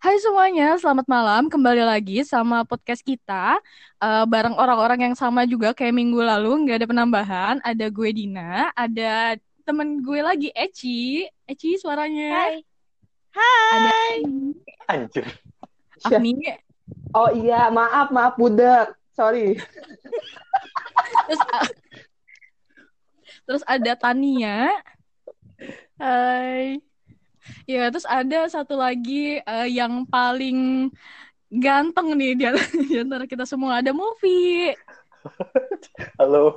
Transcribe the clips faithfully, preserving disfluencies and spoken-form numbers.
Hai semuanya, selamat malam. Kembali lagi sama podcast kita eh, bareng orang-orang yang sama juga kayak minggu lalu, nggak ada penambahan. Ada gue Dina, ada temen gue lagi Eci. Eci suaranya. Hai. Ada Hai. Agni. Anjir. Agni. Oh iya, maaf, maaf budak. Sorry. Terus ah, terus ada Tania. Hai. Ya, terus ada satu lagi eh, yang paling ganteng nih di di antara kita semua, ada Movie. Halo.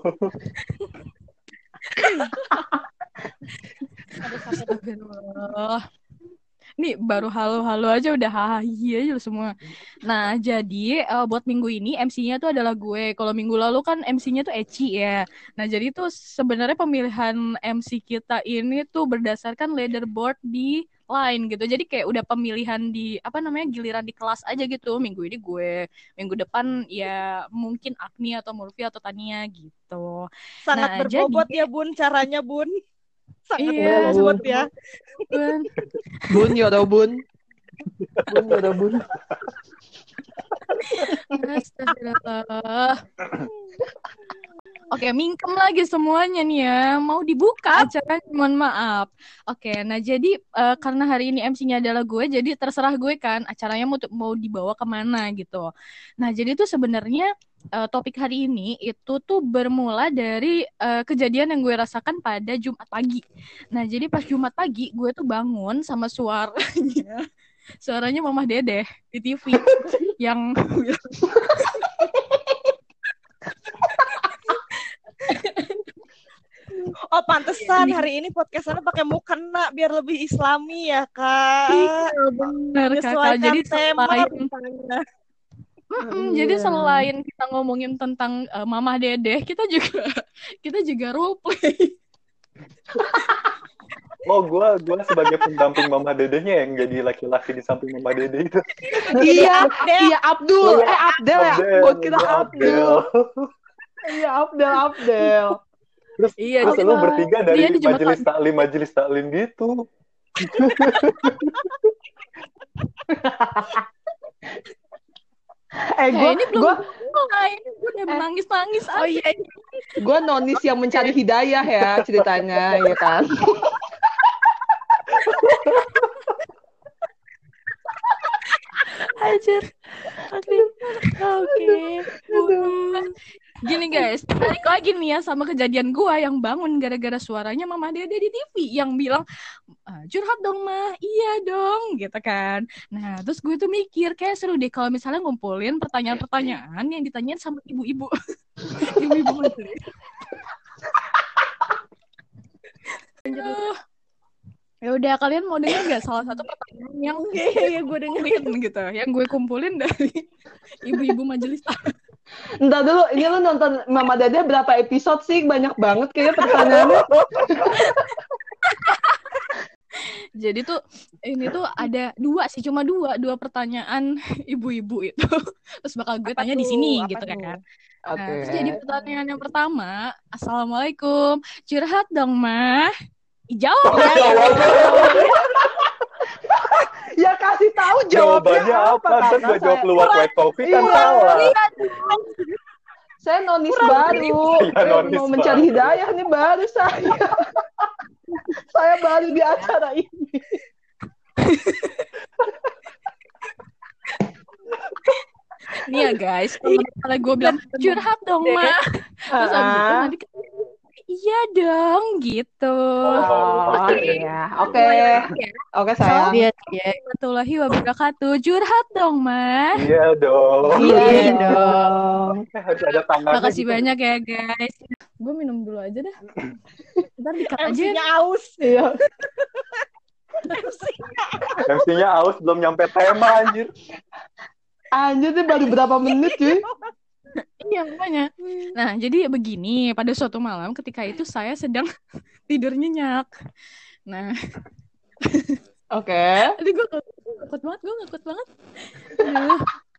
Astagfirullah. Nih baru halo-halo aja udah hahaha aja semua. Nah, jadi eh, buat minggu ini M C-nya tuh adalah gue. Kalau minggu lalu kan M C-nya tuh Eci ya. Nah, jadi tuh sebenarnya pemilihan M C kita ini tuh berdasarkan leaderboard di Line gitu. Jadi kayak udah pemilihan di apa namanya giliran di kelas aja gitu. Minggu ini gue, minggu depan ya mungkin Agni atau Murphy atau Tania gitu. Sangat Nah, berbobot jadi ya Bun, caranya Bun. Sangat iya, berbobot ya. Bun. Bun, yoro bun. Bun, yoro bun. Astagfirullah. Oke, mingkem lagi semuanya nih ya. Mau dibuka acaranya, mohon maaf. Oke, nah jadi eh, karena hari ini M C-nya adalah gue, jadi terserah gue kan acaranya mau mau dibawa kemana gitu. Nah, jadi tuh sebenarnya eh, topik hari ini itu tuh bermula dari eh, kejadian yang gue rasakan pada Jumat pagi. Nah, jadi pas Jumat pagi gue tuh bangun sama suaranya, suaranya Mamah Dedeh di T V yang Oh, pantesan hari ini podcastnya pakai mukena biar lebih islami ya, Kak. Iya, benar Kakak. Menyesuaikan Jadi tema selain rupanya. Mm-mm, Iya. jadi selain kita ngomongin tentang uh, Mamah Dedeh, kita juga kita juga role play. Oh, gue gua sebagai pendamping Mama Dedehnya yang jadi laki-laki di samping Mama Dede itu. Iya, Abdel. iya Oh, Abdul. iya. Eh Abdel ya. Abdel, Gue kira iya, Abdul. Iya Abdel, Abdel. Terus, Iya, terus dia- lu bertiga dari dia di Jumat majelis pagi. taklim majelis taklim gitu. Eh Eh, gue, ini belum gue, mulai. Gue udah menangis-nangis Oh aja. iya, gue nonis yang mencari hidayah ya ceritanya, ya kan? Anjir. Oke. Oke. Gini guys, balik lagi nih ya sama kejadian gue yang bangun gara-gara suaranya Mamah Dedeh di T V yang bilang, "Ah, curhat dong mah, iya dong," gitu kan. Nah, terus gue tuh mikir kayak seru deh kalau misalnya ngumpulin pertanyaan-pertanyaan yang ditanyain sama ibu-ibu, ibu-ibu majelis. Aduh. Ya udah, kalian mau dengar nggak salah satu pertanyaan yang Iya, gue dengerin. kumpulin gitu, yang gue kumpulin dari ibu-ibu majelis. Entar dulu, ini lu nonton Mama Dede berapa episode sih? Banyak banget kayaknya pertanyaannya. Jadi tuh ini tuh ada dua sih, cuma dua dua pertanyaan ibu-ibu itu. Terus bakal gue Apa tanya di tuh? sini Apa gitu tuh? kan. Oke. Nah, terus jadi pertanyaan yang pertama, Assalamualaikum, curhat dong mah. Jawab ya. Ya kasih tahu Jawabannya jawabnya apa? apa? Kan Kakak? gue jawab Saya- luar white coffee kan Iya. salah. Saya nonis baru. Iya, Saya nonis mau mencari baru. hidayah nih baru saya. Saya baru di acara ini. Nih ya guys, kalau misalnya gue bilang curhat dong mah. Terus abis itu Ah. nanti iya dong gitu. Oh iya, oke, oke sayang. Assalamualaikum warahmatullahi wabarakatuh. Curhat dong mah. Iya dong. Iya Iya dong. Eh, harus ada tangannya. Makasih gitu. banyak ya guys. Gue minum dulu aja dah. Ntar dikat aja. M C-nya aus. Iya. M C-nya. M C-nya aus belum nyampe tema anjir. Anjir tuh baru berapa menit cuy? Iya makanya. Nah jadi begini, pada suatu malam ketika itu saya sedang tidur nyenyak. Nah, Oke. tadi gue ngakut banget, gue ngakut banget. Aduh.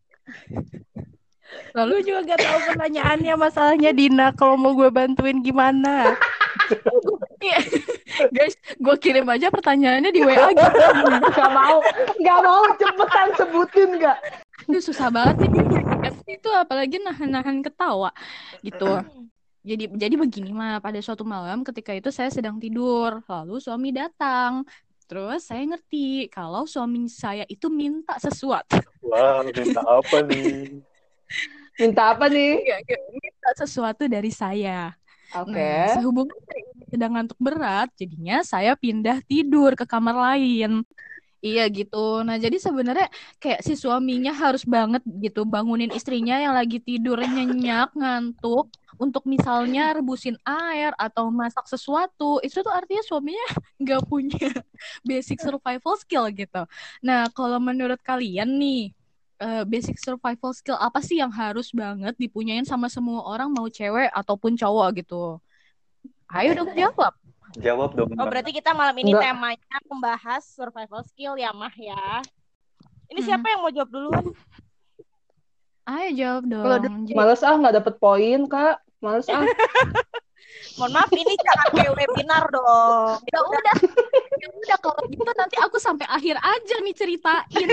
Lalu Gue juga gak tahu pertanyaannya, masalahnya Dina. Kalau mau gue bantuin gimana? Guys, gue kirim aja pertanyaannya di W A gitu. Gak mau, gak mau, cepetan sebutin gak? Itu susah banget nih. Itu apalagi nahan-nahan ketawa gitu. Jadi jadi begini mah, pada suatu malam ketika itu saya sedang tidur, lalu suami datang. Terus saya ngerti kalau suami saya itu minta sesuatu. Wah, minta apa nih? Minta apa nih? Enggak, enggak, minta sesuatu dari saya. Oke. Nah, sehubungan saya sedang ngantuk berat, jadinya saya pindah tidur ke kamar lain. Iya gitu. Nah, jadi sebenarnya kayak si suaminya harus banget gitu bangunin istrinya yang lagi tidur nyenyak, ngantuk untuk misalnya rebusin air atau masak sesuatu. Itu tuh artinya suaminya nggak punya basic survival skill gitu. Nah, kalau menurut kalian nih, eh, basic survival skill apa sih yang harus banget dipunyain sama semua orang, mau cewek ataupun cowok gitu? Ayo dong jawab. Jawab dong. Oh, berarti kita malam ini Enggak. temanya membahas survival skill ya, Mah ya. Ini Hmm. siapa yang mau jawab duluan? Ayo jawab Kalau dong. Jadi- males ah, nggak dapet poin kak. Males ah. Mohon maaf, ini jangan kayak webinar dong. Ya udah, ya udah kalau gitu nanti aku sampai akhir aja nih ceritain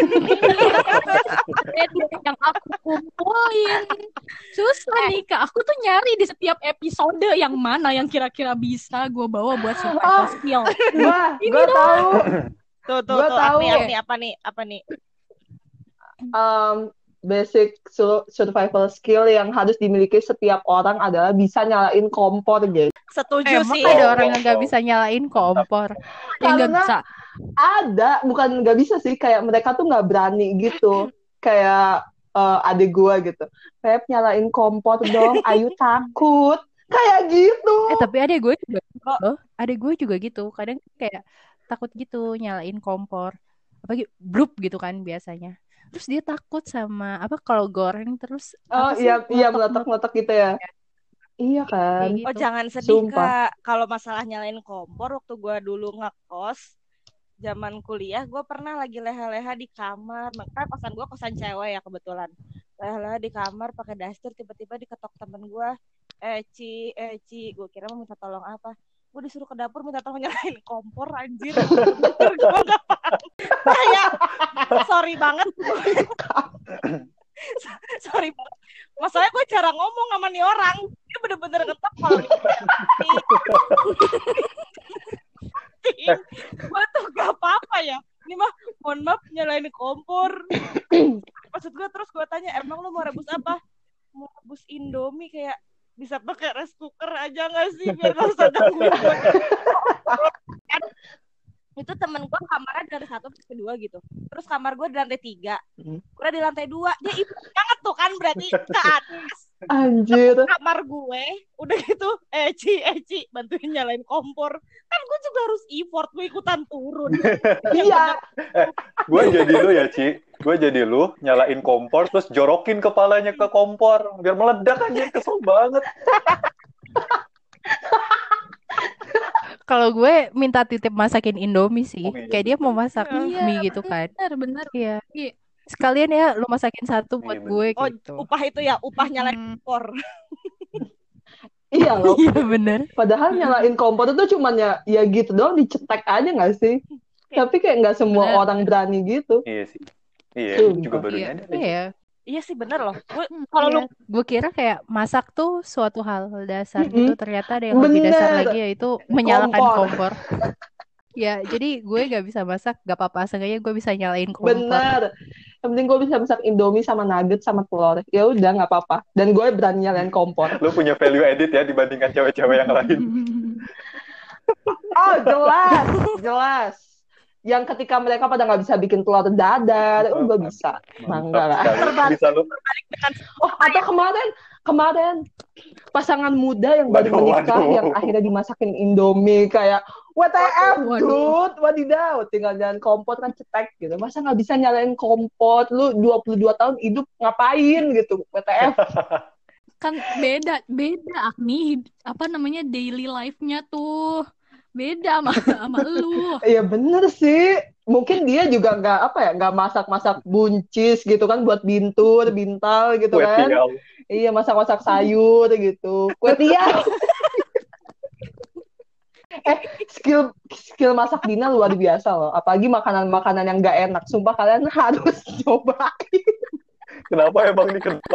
ini yang aku kumpulin. Susah nih kak, aku tuh nyari di setiap episode yang mana yang kira-kira bisa gue bawa buat survival skill. Wah, Ini gue tahu. Tuh, tuh, Gua tuh. tahu. Apa, nih, apa nih? Apa nih? Um, basic su- survival skill yang harus dimiliki setiap orang adalah bisa nyalain kompor, guys. Setuju Emang sih. ada Oh, orang yang nggak oh. bisa nyalain kompor, yang nggak Karena- bisa. Ada, bukan nggak bisa sih, kayak mereka tuh nggak berani gitu. Kayak eh, adik gue gitu. Pep, nyalain kompor dong, Ayu takut. Kayak gitu. Eh tapi adek gue juga Oh. loh, adek gue juga gitu. Kadang kayak takut gitu nyalain kompor. Apalagi blup gitu kan biasanya. Terus dia takut sama apa kalau goreng terus Oh apa sih, iya, iya meletok-meletok meletak-meletak gitu ya. Iya kan. kayak gitu. Oh, jangan sedih, Sumpah. Kak. Kalau masalah nyalain kompor, waktu gue dulu ngekos, zaman kuliah, gue pernah lagi leha-leha di kamar. Makanya kosan gue kosan cewek ya kebetulan. Leha-leha di kamar pakai daster, tiba-tiba diketok temen gue. Eh, Ci, eh, Ci. Gue kira mau minta tolong apa. Gue disuruh ke dapur minta tolong nyalain kompor, anjir. Bener, gue gak paham. Kayak, sorry banget. Sorry banget. Masalahnya gue cara ngomong sama nih orang. Dia bener-bener ngetok kalau gue tuh gak apa-apa ya. Ini mah mohon maaf nyalain kompor. Maksud gue terus gue tanya, emang lu mau rebus apa? Mau rebus Indomie, kayak bisa pakai rice cooker aja gak sih biar gak usah gangguin gue. Kan itu temen gue kamarnya dari satu ke kedua gitu. Terus kamar gue di lantai tiga, Hmm. gue di lantai dua. Dia ibu banget tuh kan, berarti ke atas Anjir. kamar gue. Udah gitu, eh Ci, eh Ci, bantuin nyalain kompor. Kan gue juga harus effort, gue ikutan turun. Iya. Gue jadi lu ya, Ci. Gue jadi lu, nyalain kompor, terus jorokin kepalanya ke kompor. Biar meledak aja, kesel banget. Kalau gue minta titip masakin Indomie sih. Oh, iya. Kayak dia mau masak Iya, mie gitu kan. Benar, benar. Iya. Iya. Sekalian ya lu masakin satu buat Iya, gue Oh, gitu. upah itu ya, upah nyalain Hmm. kompor. Iya loh. Iya bener. Padahal nyalain kompor itu cuman ya, ya gitu doang, dicetek aja nggak sih? Tapi kayak nggak semua Bener. orang berani gitu. Iya sih. Iya, Sumpah. juga baru Iya. nyadar. aja. Iya. Iya sih bener loh. Gue Hmm, kalau iya. lu Gue kira kayak masak tuh suatu hal dasar Mm-mm. gitu, ternyata ada yang lebih Bener. dasar lagi, yaitu menyalakan Kompor. kompor. Ya, jadi gue gak bisa masak, gak apa-apa, seenggaknya gue bisa nyalain kompor. Bener. Yang penting gue bisa masak Indomie sama nugget sama telur. Ya udah nggak apa-apa. Dan gue berani nyalain kompor. Lu punya value edit ya dibandingkan cewek-cewek yang lain. Oh jelas, jelas. Yang ketika mereka pada nggak bisa bikin telur dadar, oh gue bisa. Mangga lah. sekali. Bisa lu. Oh atau kemarin, kemarin pasangan muda yang baru Waduh, menikah waduh. yang akhirnya dimasakin Indomie kayak W T F, Waduh. dude, wadidaw, tinggal nyalain kompor kan cetek gitu. Masa nggak bisa nyalain kompor? Lu dua puluh dua tahun hidup ngapain gitu, W T F. Kan beda, beda Agni, apa namanya daily life-nya tuh. Beda sama sama lu. Iya bener sih. Mungkin dia juga nggak apa ya, nggak masak-masak buncis gitu kan buat bintur, bintal gitu Kue kan. tiaw. Iya masak-masak sayur gitu. Kue tiaw. eh skill skill masak Dina luar biasa loh. Apalagi makanan-makanan yang gak enak. Sumpah kalian harus coba. Kenapa emang nih kenapa?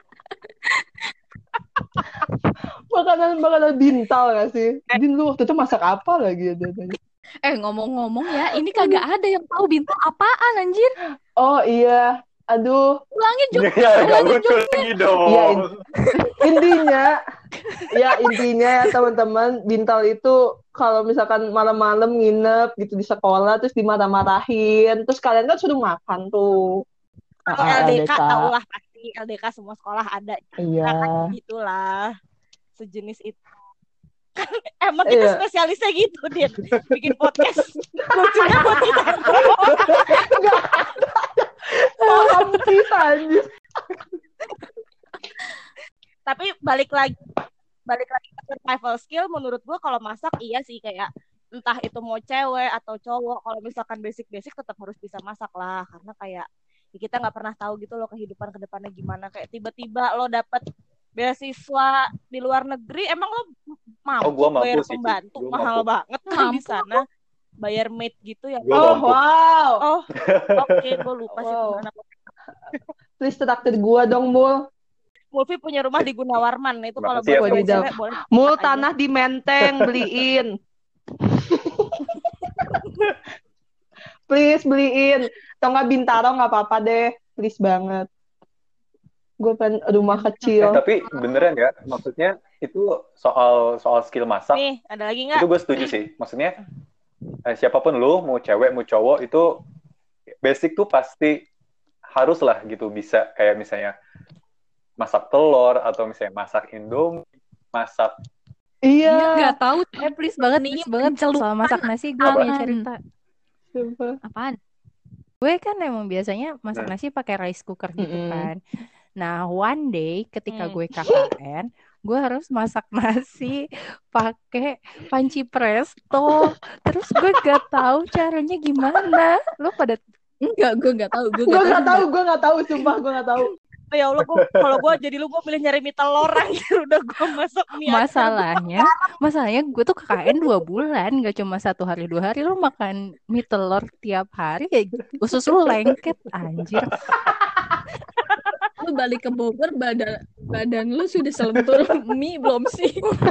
Makanan-makanan bintal gak sih? Din, lu waktu itu masak apa lagi? Eh ngomong-ngomong ya, ini kagak ada yang tahu bintang apaan anjir. Oh iya, aduh. Ulangin jok, Ya, agak ulangin lucu jok. lagi dong. Ya, in- intinya, ya intinya ya teman-teman, bintal itu kalau misalkan malam-malam nginep gitu di sekolah, terus dimarah-marahin, terus kalian kan suruh makan tuh. Kalau Ah, L D K L D K. tau lah pasti L D K semua sekolah ada. Iya. Nah, kan gitulah sejenis itu. Kan emang kita Iya. spesialisnya gitu, Din. Bikin podcast lucunya buat kita. Enggak ada. Paham kita anjir. Tapi balik lagi balik lagi ke survival skill, menurut gue kalau masak iya sih, kayak entah itu mau cewek atau cowok, kalau misalkan basic-basic tetap harus bisa masak lah, karena kayak ya kita nggak pernah tahu gitu loh kehidupan kedepannya gimana, kayak tiba-tiba lo dapet beasiswa di luar negeri, emang lo mampu, Oh, gua mampu bayar sih, Ci. pembantu Gua mahal mampu. banget kan di Mampu sana, bayar maid gitu ya. Gua Oh mampu. wow. Oh oke, gue lupa sih Wow. kemana. Please traktir gua dong, Mul. Mulfi punya rumah di Gunawarman, itu kalau Makasih ya, buat Mul. cewek boleh. Mul, masak aja. tanah di Menteng beliin. Please beliin. Atau nggak Bintaro nggak apa-apa deh. Please banget. Gue pengen rumah Eh, kecil. tapi beneran ya, maksudnya itu soal soal skill masak, Nih, ada lagi nggak? itu gue setuju sih. Maksudnya eh, siapapun lu, mau cewek, mau cowok, itu basic tuh pasti harus lah gitu bisa. Kayak misalnya masak telur, atau misalnya masak indomie, masak Dia Iya. nggak tahu. Eh please banget, Nih, please banget pencelupan soal masak nasi gue Apa? punya cerita. Sumpah. apaan? Gue kan emang biasanya masak Hmm. nasi pakai rice cooker gitu Mm-mm. kan. Nah, one day ketika Hmm. gue K K N, gue harus masak nasi pakai panci presto. Terus gue gak tahu caranya gimana. Lo pada Enggak, gue nggak tahu. Gue Gue nggak nggak tahu. tahu, gue nggak tahu, sumpah gue nggak tahu. Ya Allah, gua, kalau gue jadi lu, gue pilih nyari mie telur anjir, udah gue masak mie aja. masalahnya, masalahnya gue tuh K K N dua bulan, gak cuma satu hari dua hari. Lo makan mie telur tiap hari, ya usus lo lengket anjir. Lu balik ke Bogor, badan badan lu sudah selentur mie belum sih?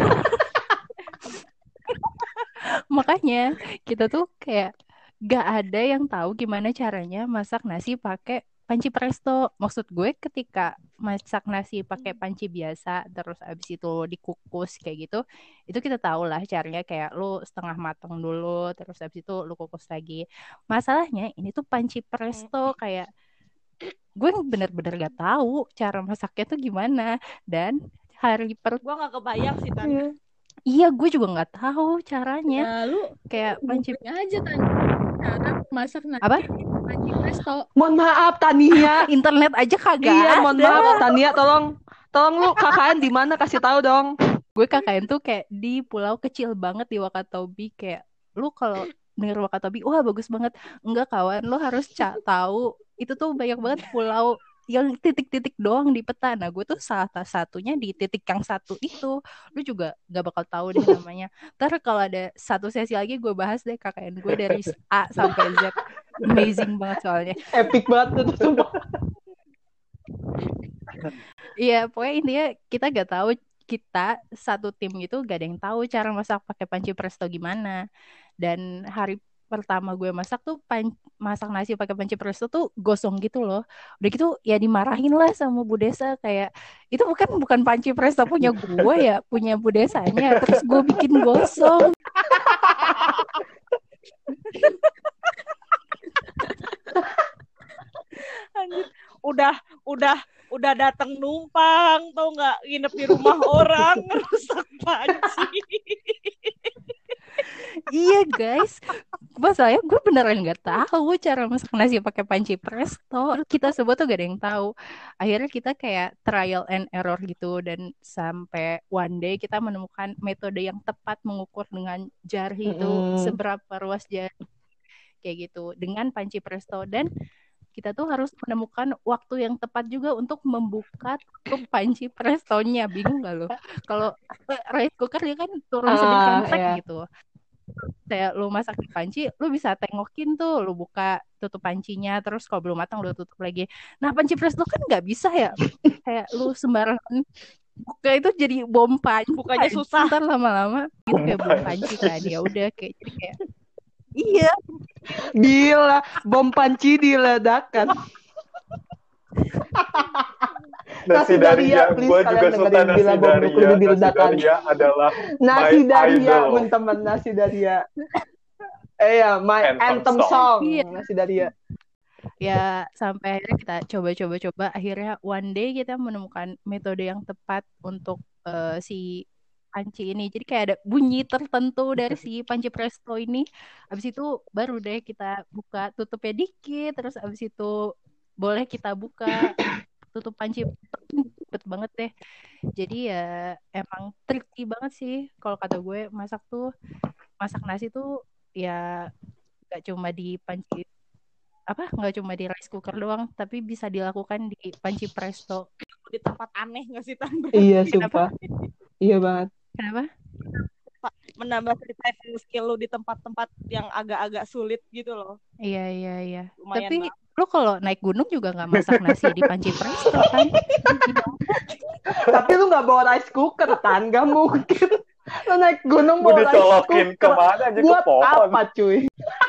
Makanya kita tuh kayak gak ada yang tahu gimana caranya masak nasi pakai panci presto. Maksud gue ketika masak nasi pakai panci biasa terus abis itu dikukus kayak gitu, itu kita tahu lah caranya, kayak lu setengah matang dulu terus abis itu lu kukus lagi. Masalahnya ini tuh panci presto, kayak gue bener-bener gak tahu cara masaknya tuh gimana. Dan hari per Gue gak kebayang sih, Tan. Iya. iya gue juga nggak tahu caranya. Nah, lu Kayak panci googling aja tanya cara masak nasi apa? panci presto. Mohon maaf Tania. Internet aja kagak Iya, mohon ada. maaf Tania, tolong tolong lu K K N di mana, kasih tahu dong. Gue K K N tuh kayak di pulau kecil banget di Wakatobi. Kayak lu kalau denger Wakatobi, wah bagus banget. Enggak kawan, lu harus ca- tahu itu tuh banyak banget pulau yang titik-titik doang di peta. Nah gue tuh salah satunya di titik yang satu itu. Lu juga gak bakal tahu deh namanya. Ntar kalau ada satu sesi lagi gue bahas deh K K N gue dari A sampai Z. Amazing banget soalnya. Epic banget itu sumpah. Iya, pokoknya intinya kita gak tahu, kita satu tim gitu gak ada yang tahu cara masak pakai panci presto gimana. Dan hari pertama gue masak tuh pan- masak nasi pakai panci presto tuh gosong gitu loh. Udah gitu ya dimarahin lah sama Bu Desa, kayak itu bukan bukan panci presto punya gue ya, punya Bu Desanya. Terus gue bikin gosong. Anjir, udah udah udah datang numpang, tau nggak, nginep di rumah orang, ngerusak panci. Iya guys, masalahnya gue beneran gak tahu cara masak nasi pakai panci presto. Kita semua tuh gak ada yang tahu. Akhirnya kita kayak trial and error gitu, dan sampai one day kita menemukan metode yang tepat mengukur dengan jari itu Mm-mm. seberapa ruas jari kayak gitu dengan panci presto. Dan kita tuh harus menemukan waktu yang tepat juga untuk membuka tutup panci prestonya. Bingung gak lo? Kalau rice cooker dia kan turun sedikit Ah, tek iya. gitu. Kayak lu masak di panci, lu bisa tengokin tuh, lu buka tutup pancinya, terus kalau belum matang lu tutup lagi. Nah panci presto kan nggak bisa ya, kayak lu sembarangan buka itu jadi bom panci. Bukanya susah. Ntar lama-lama gitu kayak bom panci kan, ya udah kayak jadi kayak iya. Gila, bom panci diledakkan. Nasi Daria, please gue juga kalian suka dengerin nasi Bila Bom Daria. Nukul Nasi diledakan. Daria adalah Nasi my Daria, idol. teman-teman, nasi Daria. Eh ya, my Anthem anthem song. song, Iya. nasi Daria. Ya sampai akhirnya kita coba-coba-coba, akhirnya one day kita menemukan metode yang tepat untuk eh, si panci ini. Jadi kayak ada bunyi tertentu dari si panci presto ini. Habis itu baru deh kita buka tutupnya dikit, terus habis itu boleh kita buka tutup panci. Cepet banget deh. Jadi ya emang tricky banget sih kalau kata gue masak tuh, masak nasi tuh ya gak cuma di panci apa nggak cuma di rice cooker doang, tapi bisa dilakukan di panci presto. Di tempat aneh nggak sih Tan? Iya, sumpah. Iya banget. Kenapa? Menambah survival skill lu di tempat-tempat yang agak-agak sulit gitu loh. Iya iya iya. Lumayan Tapi banget. lo kalau naik gunung juga nggak masak nasi di panci presto kan? Tapi lu nggak bawa rice cooker, Tan? Gak mungkin. Lu naik gunung Gue bawa rice dicolokin cooker. kemana aja ke Buat pohon. apa, cuy?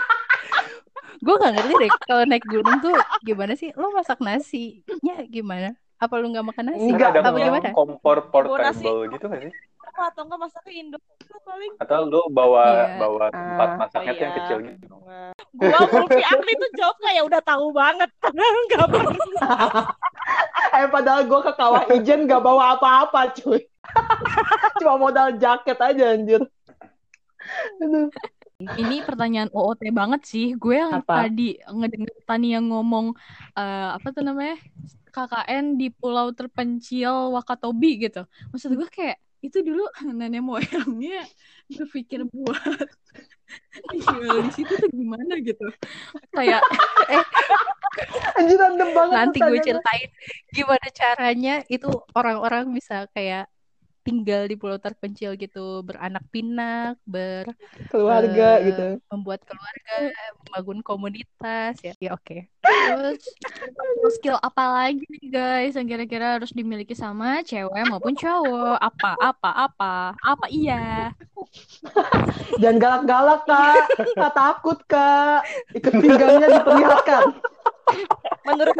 Gue nggak ngerti deh kalau naik gunung tuh gimana sih? Lo masak nasinya gimana? Apa lu nggak makan nasi? Enggak, Kan ada Apa gimana? kompor Bawa nasi. portable gitu nggak sih? Apa atau enggak masaknya Indo paling. Atau lu bawa Iya. bawa tempat Ah, masaknya oh tuh yang iya. kecil gitu. Gua Mulfi Akli tuh jawab kayak udah tahu banget. Enggak pernah. Eh, padahal gue ke Kawah Ijen gak bawa apa-apa, cuy. Cuma modal jaket aja, anjir. Aduh. Ini pertanyaan O O T banget sih. Gue yang Apa? tadi ngedenger Tani yang ngomong eh, apa tuh namanya K K N di pulau terpencil Wakatobi gitu. Maksud gue kayak itu dulu nenek moyangnya berpikir buat tinggal di situ tuh gimana gitu. Kayak Anjir, random banget. Nanti gue pertanyaannya. ceritain gimana caranya itu orang-orang bisa kayak tinggal di pulau terpencil gitu, beranak pinak, ber Keluarga, eh, gitu. membuat keluarga, membangun komunitas ya. Ya oke. terus skill apa lagi nih guys yang kira-kira harus dimiliki sama cewek maupun cowok? Apa apa apa apa iya? Jangan galak-galak, Kak. Kak takut, Kak. Ikut pinggangnya diperlihatkan. Menurut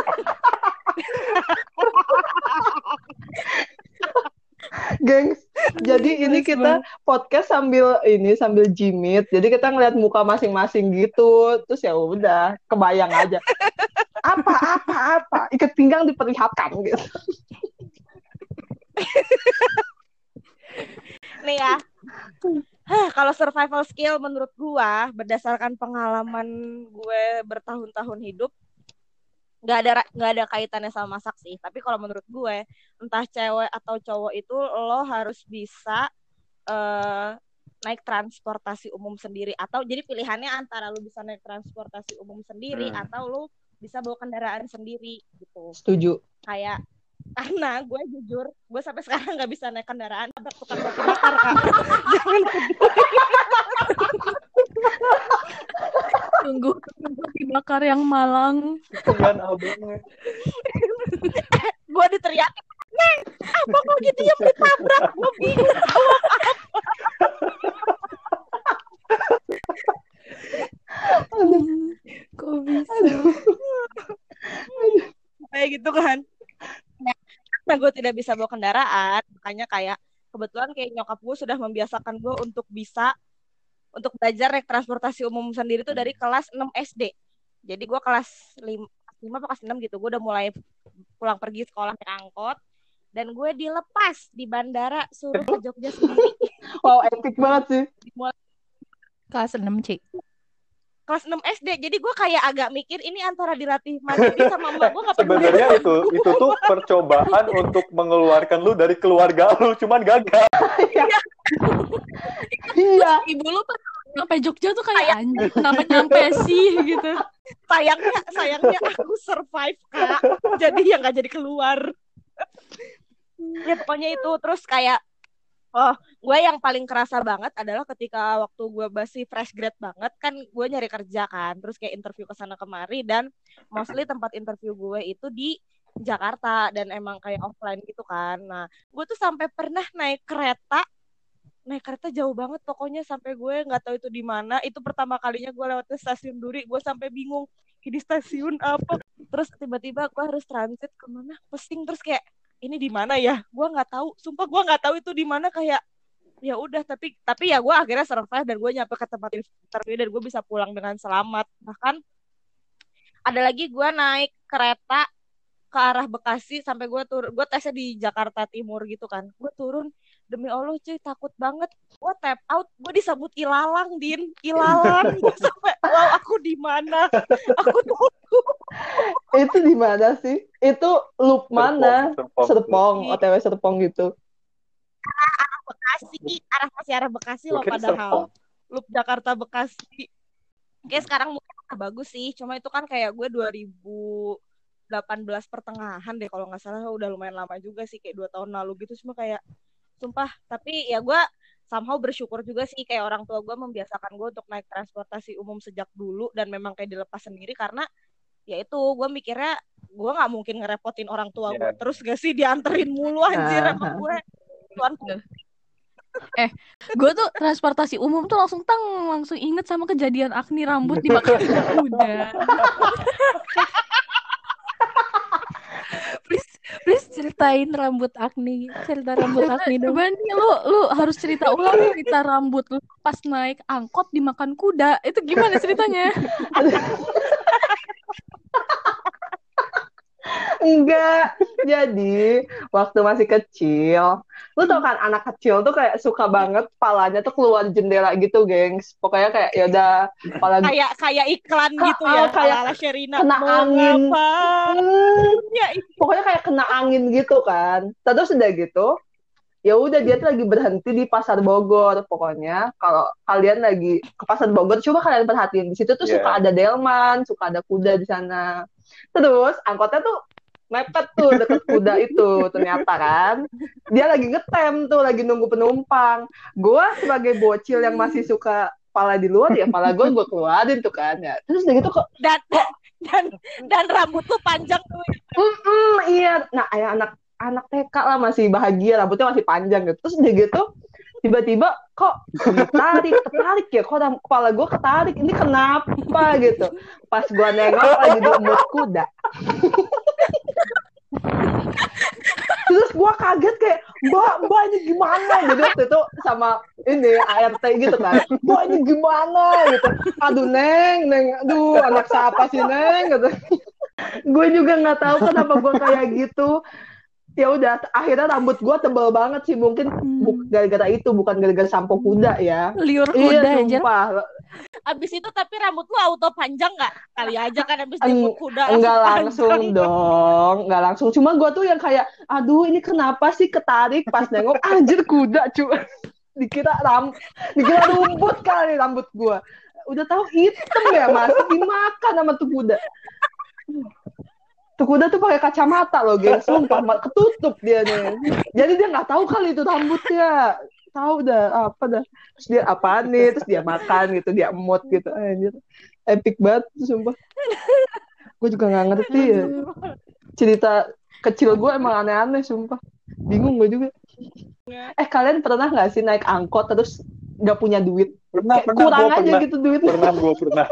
Gengs, jadi ini kita podcast sambil ini sambil jimit. Jadi kita ngeliat muka masing-masing gitu. Terus ya udah, kebayang aja. Apa apa apa, ikat pinggang diperlihatkan gitu. nih ya. Hah, kalau survival skill menurut gua berdasarkan pengalaman gue bertahun-tahun hidup nggak ada nggak ada kaitannya sama masak sih. Tapi kalau menurut gue entah cewek atau cowok itu lo harus bisa uh, naik transportasi umum sendiri, atau jadi pilihannya antara lo bisa naik transportasi umum sendiri Hmm. atau lo bisa bawa kendaraan sendiri gitu. Setuju. Kayak karena gue jujur gue sampai sekarang nggak bisa naik kendaraan tabrak tukang roti bakar, Kak. Jangan Tunggu tunggu dibakar yang Malang. Dengan abangnya. gue diteriakin, Neng, apa kok gitu yang ditabrak? Gue bingung. Kok bisa? Kayak gitu kan. Nah, karena gue tidak bisa bawa kendaraan, makanya kayak kebetulan kayak nyokap gue sudah membiasakan gue untuk bisa untuk belajar naik transportasi umum sendiri tuh dari kelas enam S D. Jadi gue kelas lima, lima atau kelas enam gitu, gue udah mulai pulang pergi sekolah naik angkot, dan gue dilepas di bandara suruh ke Jogja sendiri. Wow, epic banget sih. Mulai Kelas enam, Cik. kelas enam S D. Jadi gue kayak agak mikir ini antara dilatih mandiri sama emak gue nggak peduli. Sebenarnya itu itu tuh percobaan untuk mengeluarkan lu dari keluarga lu, cuman gagal. Iya. Ibu lu pas sampai Jogja tuh kayak anjir kenapa nyampe sih gitu. Sayangnya, sayangnya aku survive, Kak. Jadi ya nggak jadi keluar. Ya pokoknya itu. Terus kayak Oh, gue yang paling kerasa banget adalah ketika waktu gue masih fresh grad banget kan gue nyari kerja kan, terus kayak interview ke sana kemari dan mostly tempat interview gue itu di Jakarta dan emang kayak offline gitu kan. Nah, gue tuh sampai pernah naik kereta, naik kereta jauh banget pokoknya sampai gue nggak tahu itu di mana. Itu pertama kalinya gue lewat stasiun Duri, gue sampai bingung ini stasiun apa. Terus tiba-tiba gue harus transit kemana? Pusing terus kayak ini di mana ya? Gue nggak tahu. Sumpah gue nggak tahu itu di mana kayak ya udah tapi tapi ya gue akhirnya survive dan gue nyampe ke tempat interview dan gue bisa pulang dengan selamat. Bahkan ada lagi gue naik kereta ke arah Bekasi sampai gue turun, gue tesnya di Jakarta Timur gitu kan, gue turun demi Allah cuy takut banget, gue tap out, gue disambut ilalang din, ilalang, gue sampai wow aku di mana, aku tunggu. Itu di mana sih? Itu loop mana? Serpong, Serpong. Serpong, O T W Serpong gitu. Arah Bekasi, arah masih arah Bekasi loh Mungkin padahal, Serpong. loop Jakarta Bekasi. Kayak sekarang mungkin udah bagus sih, cuma itu kan kayak gue dua ribu delapan belas pertengahan deh kalau nggak salah, udah lumayan lama juga sih, kayak dua tahun lalu gitu. Cuma kayak sumpah, tapi ya gue somehow bersyukur juga sih kayak orang tua gue membiasakan gue untuk naik transportasi umum sejak dulu dan memang kayak dilepas sendiri karena ya itu gue mikirnya gue nggak mungkin ngerepotin orang tua gue Iya. terus gak sih dianterin mulu anjir Ah. emang gue tuan Eh, gue tuh transportasi umum tuh langsung tang langsung inget sama kejadian Agni rambut dimakan kuda. Please, please ceritain rambut Agni, cerita rambut Agni dong. Coba nih lu lu harus cerita ulang cerita rambut lu pas naik angkot dimakan kuda. Itu gimana ceritanya? Enggak. Jadi, waktu masih kecil, lu tau kan anak kecil tuh kayak suka banget palanya tuh keluar jendela gitu, gengs. Pokoknya kayak ya udah pala kayak kayak iklan Ah, gitu ah, ya kayak ala Sherina kena mau angin. ngapain Hmm, ya pokoknya kayak kena angin gitu kan. Terus udah gitu, ya udah dia tuh lagi berhenti di Pasar Bogor. Pokoknya kalau kalian lagi ke Pasar Bogor, coba kalian perhatiin di situ tuh suka Iya. ada delman, suka ada kuda di sana. Terus angkotnya tuh mepet tuh deket kuda itu ternyata kan. Dia lagi ngetem tuh, lagi nunggu penumpang. Gua sebagai bocil yang masih suka pala di luar, ya pala gue gue keluarin tuh kan ya. Terus udah gitu kok, dan dan dan rambut tuh panjang tuh mm iya. Nah, ayah anak anak T K lah masih bahagia, rambutnya masih panjang gitu. Terus udah gitu tiba-tiba kok ditarik, ketarik ya, kok ram- kepala gue ketarik, ini kenapa gitu. Pas gue nengok lagi di emut kuda. Terus gue kaget kayak, mbak, mbak ini gimana? Jadi waktu itu sama ini A R T gitu kan, mbak ini gimana gitu. Aduh neng, neng, aduh anak siapa sih neng gitu. Gue juga nggak tahu kenapa gue kayak gitu. Ya udah, akhirnya rambut gue tebal banget sih, mungkin bu- gara-gara itu, bukan gara-gara sampo kuda ya. Liur Iya, kuda anjir. sumpah. abis itu tapi rambut lu auto panjang nggak kali aja kan abis Eng- jemput kuda Enggak langsung langsung panjang. dong, enggak langsung. Cuma gue tuh yang kayak, aduh ini kenapa sih ketarik pas nengok, anjir kuda cu. Dikira ram, dikira rumput kali rambut gue. Udah tahu hitam ya mas, dimakan sama tuh kuda. Tuh kuda tuh pakai kacamata loh, geng. Sumpah, ma- ketutup dia nih. Jadi dia nggak tahu kali itu rambutnya. Tahu dah apa dah. Terus dia apaan nih? Terus dia makan gitu, dia emut gitu. Anjir. Epic banget, sumpah. Gue juga nggak ngerti ya. Cerita kecil gue emang aneh-aneh, sumpah. Bingung gue juga. Eh, kalian pernah nggak sih naik angkot terus nggak punya duit? Pernah, Kayak pernah, kurang gue aja pernah. gitu duit. Pernah, gue pernah.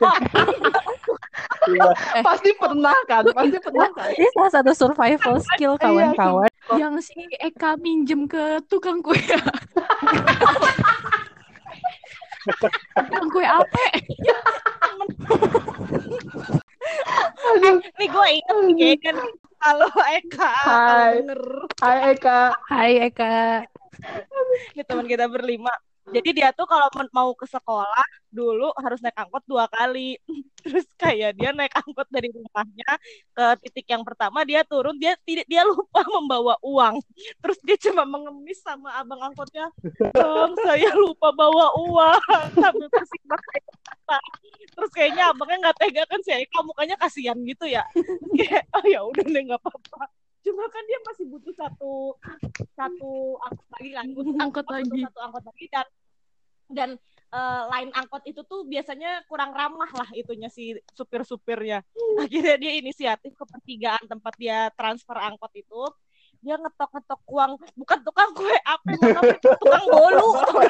Iya. Pasti pernah kan? Pasti pernah kan? Ini salah satu survival skill kawan-kawan. Yang si Eka minjem ke tukang kue. Tukang kue apa? Aduh. Nih gue inget nih kayaknya nih. Halo Eka, Hai. kalau denger Hai Eka. Hai Eka. nih teman kita berlima. Jadi dia tuh kalau men- mau ke sekolah dulu harus naik angkot dua kali. Terus kayak dia naik angkot dari rumahnya ke titik yang pertama dia turun dia tidak dia lupa membawa uang. Terus dia cuma mengemis sama abang angkotnya. Bang, saya lupa bawa uang. Sambil pusing pakai kata. Terus kayaknya abangnya nggak tega kan si Eka mukanya kasihan gitu ya. Terus kayak oh ya udah deh nggak apa-apa. Cuma kan dia masih butuh satu satu angkot lagi kan, butuh Angkot butuh lagi. satu angkot lagi dan dan uh, lain angkot itu tuh biasanya kurang ramah lah itunya si supir-supirnya. Akhirnya dia inisiatif ke pertigaan tempat dia transfer angkot itu. Dia ngetok-ngetok uang, bukan tukang kue apa, malah tukang bolu.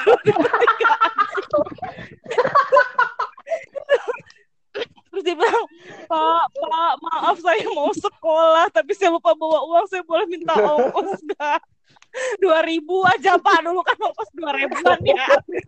Terus dia bilang, Pak, Pak, maaf saya mau sekolah, tapi saya lupa bawa uang, saya boleh minta ongkos nggak? Dua ribu aja Pak, dulu kan ongkos dua ribuan ya.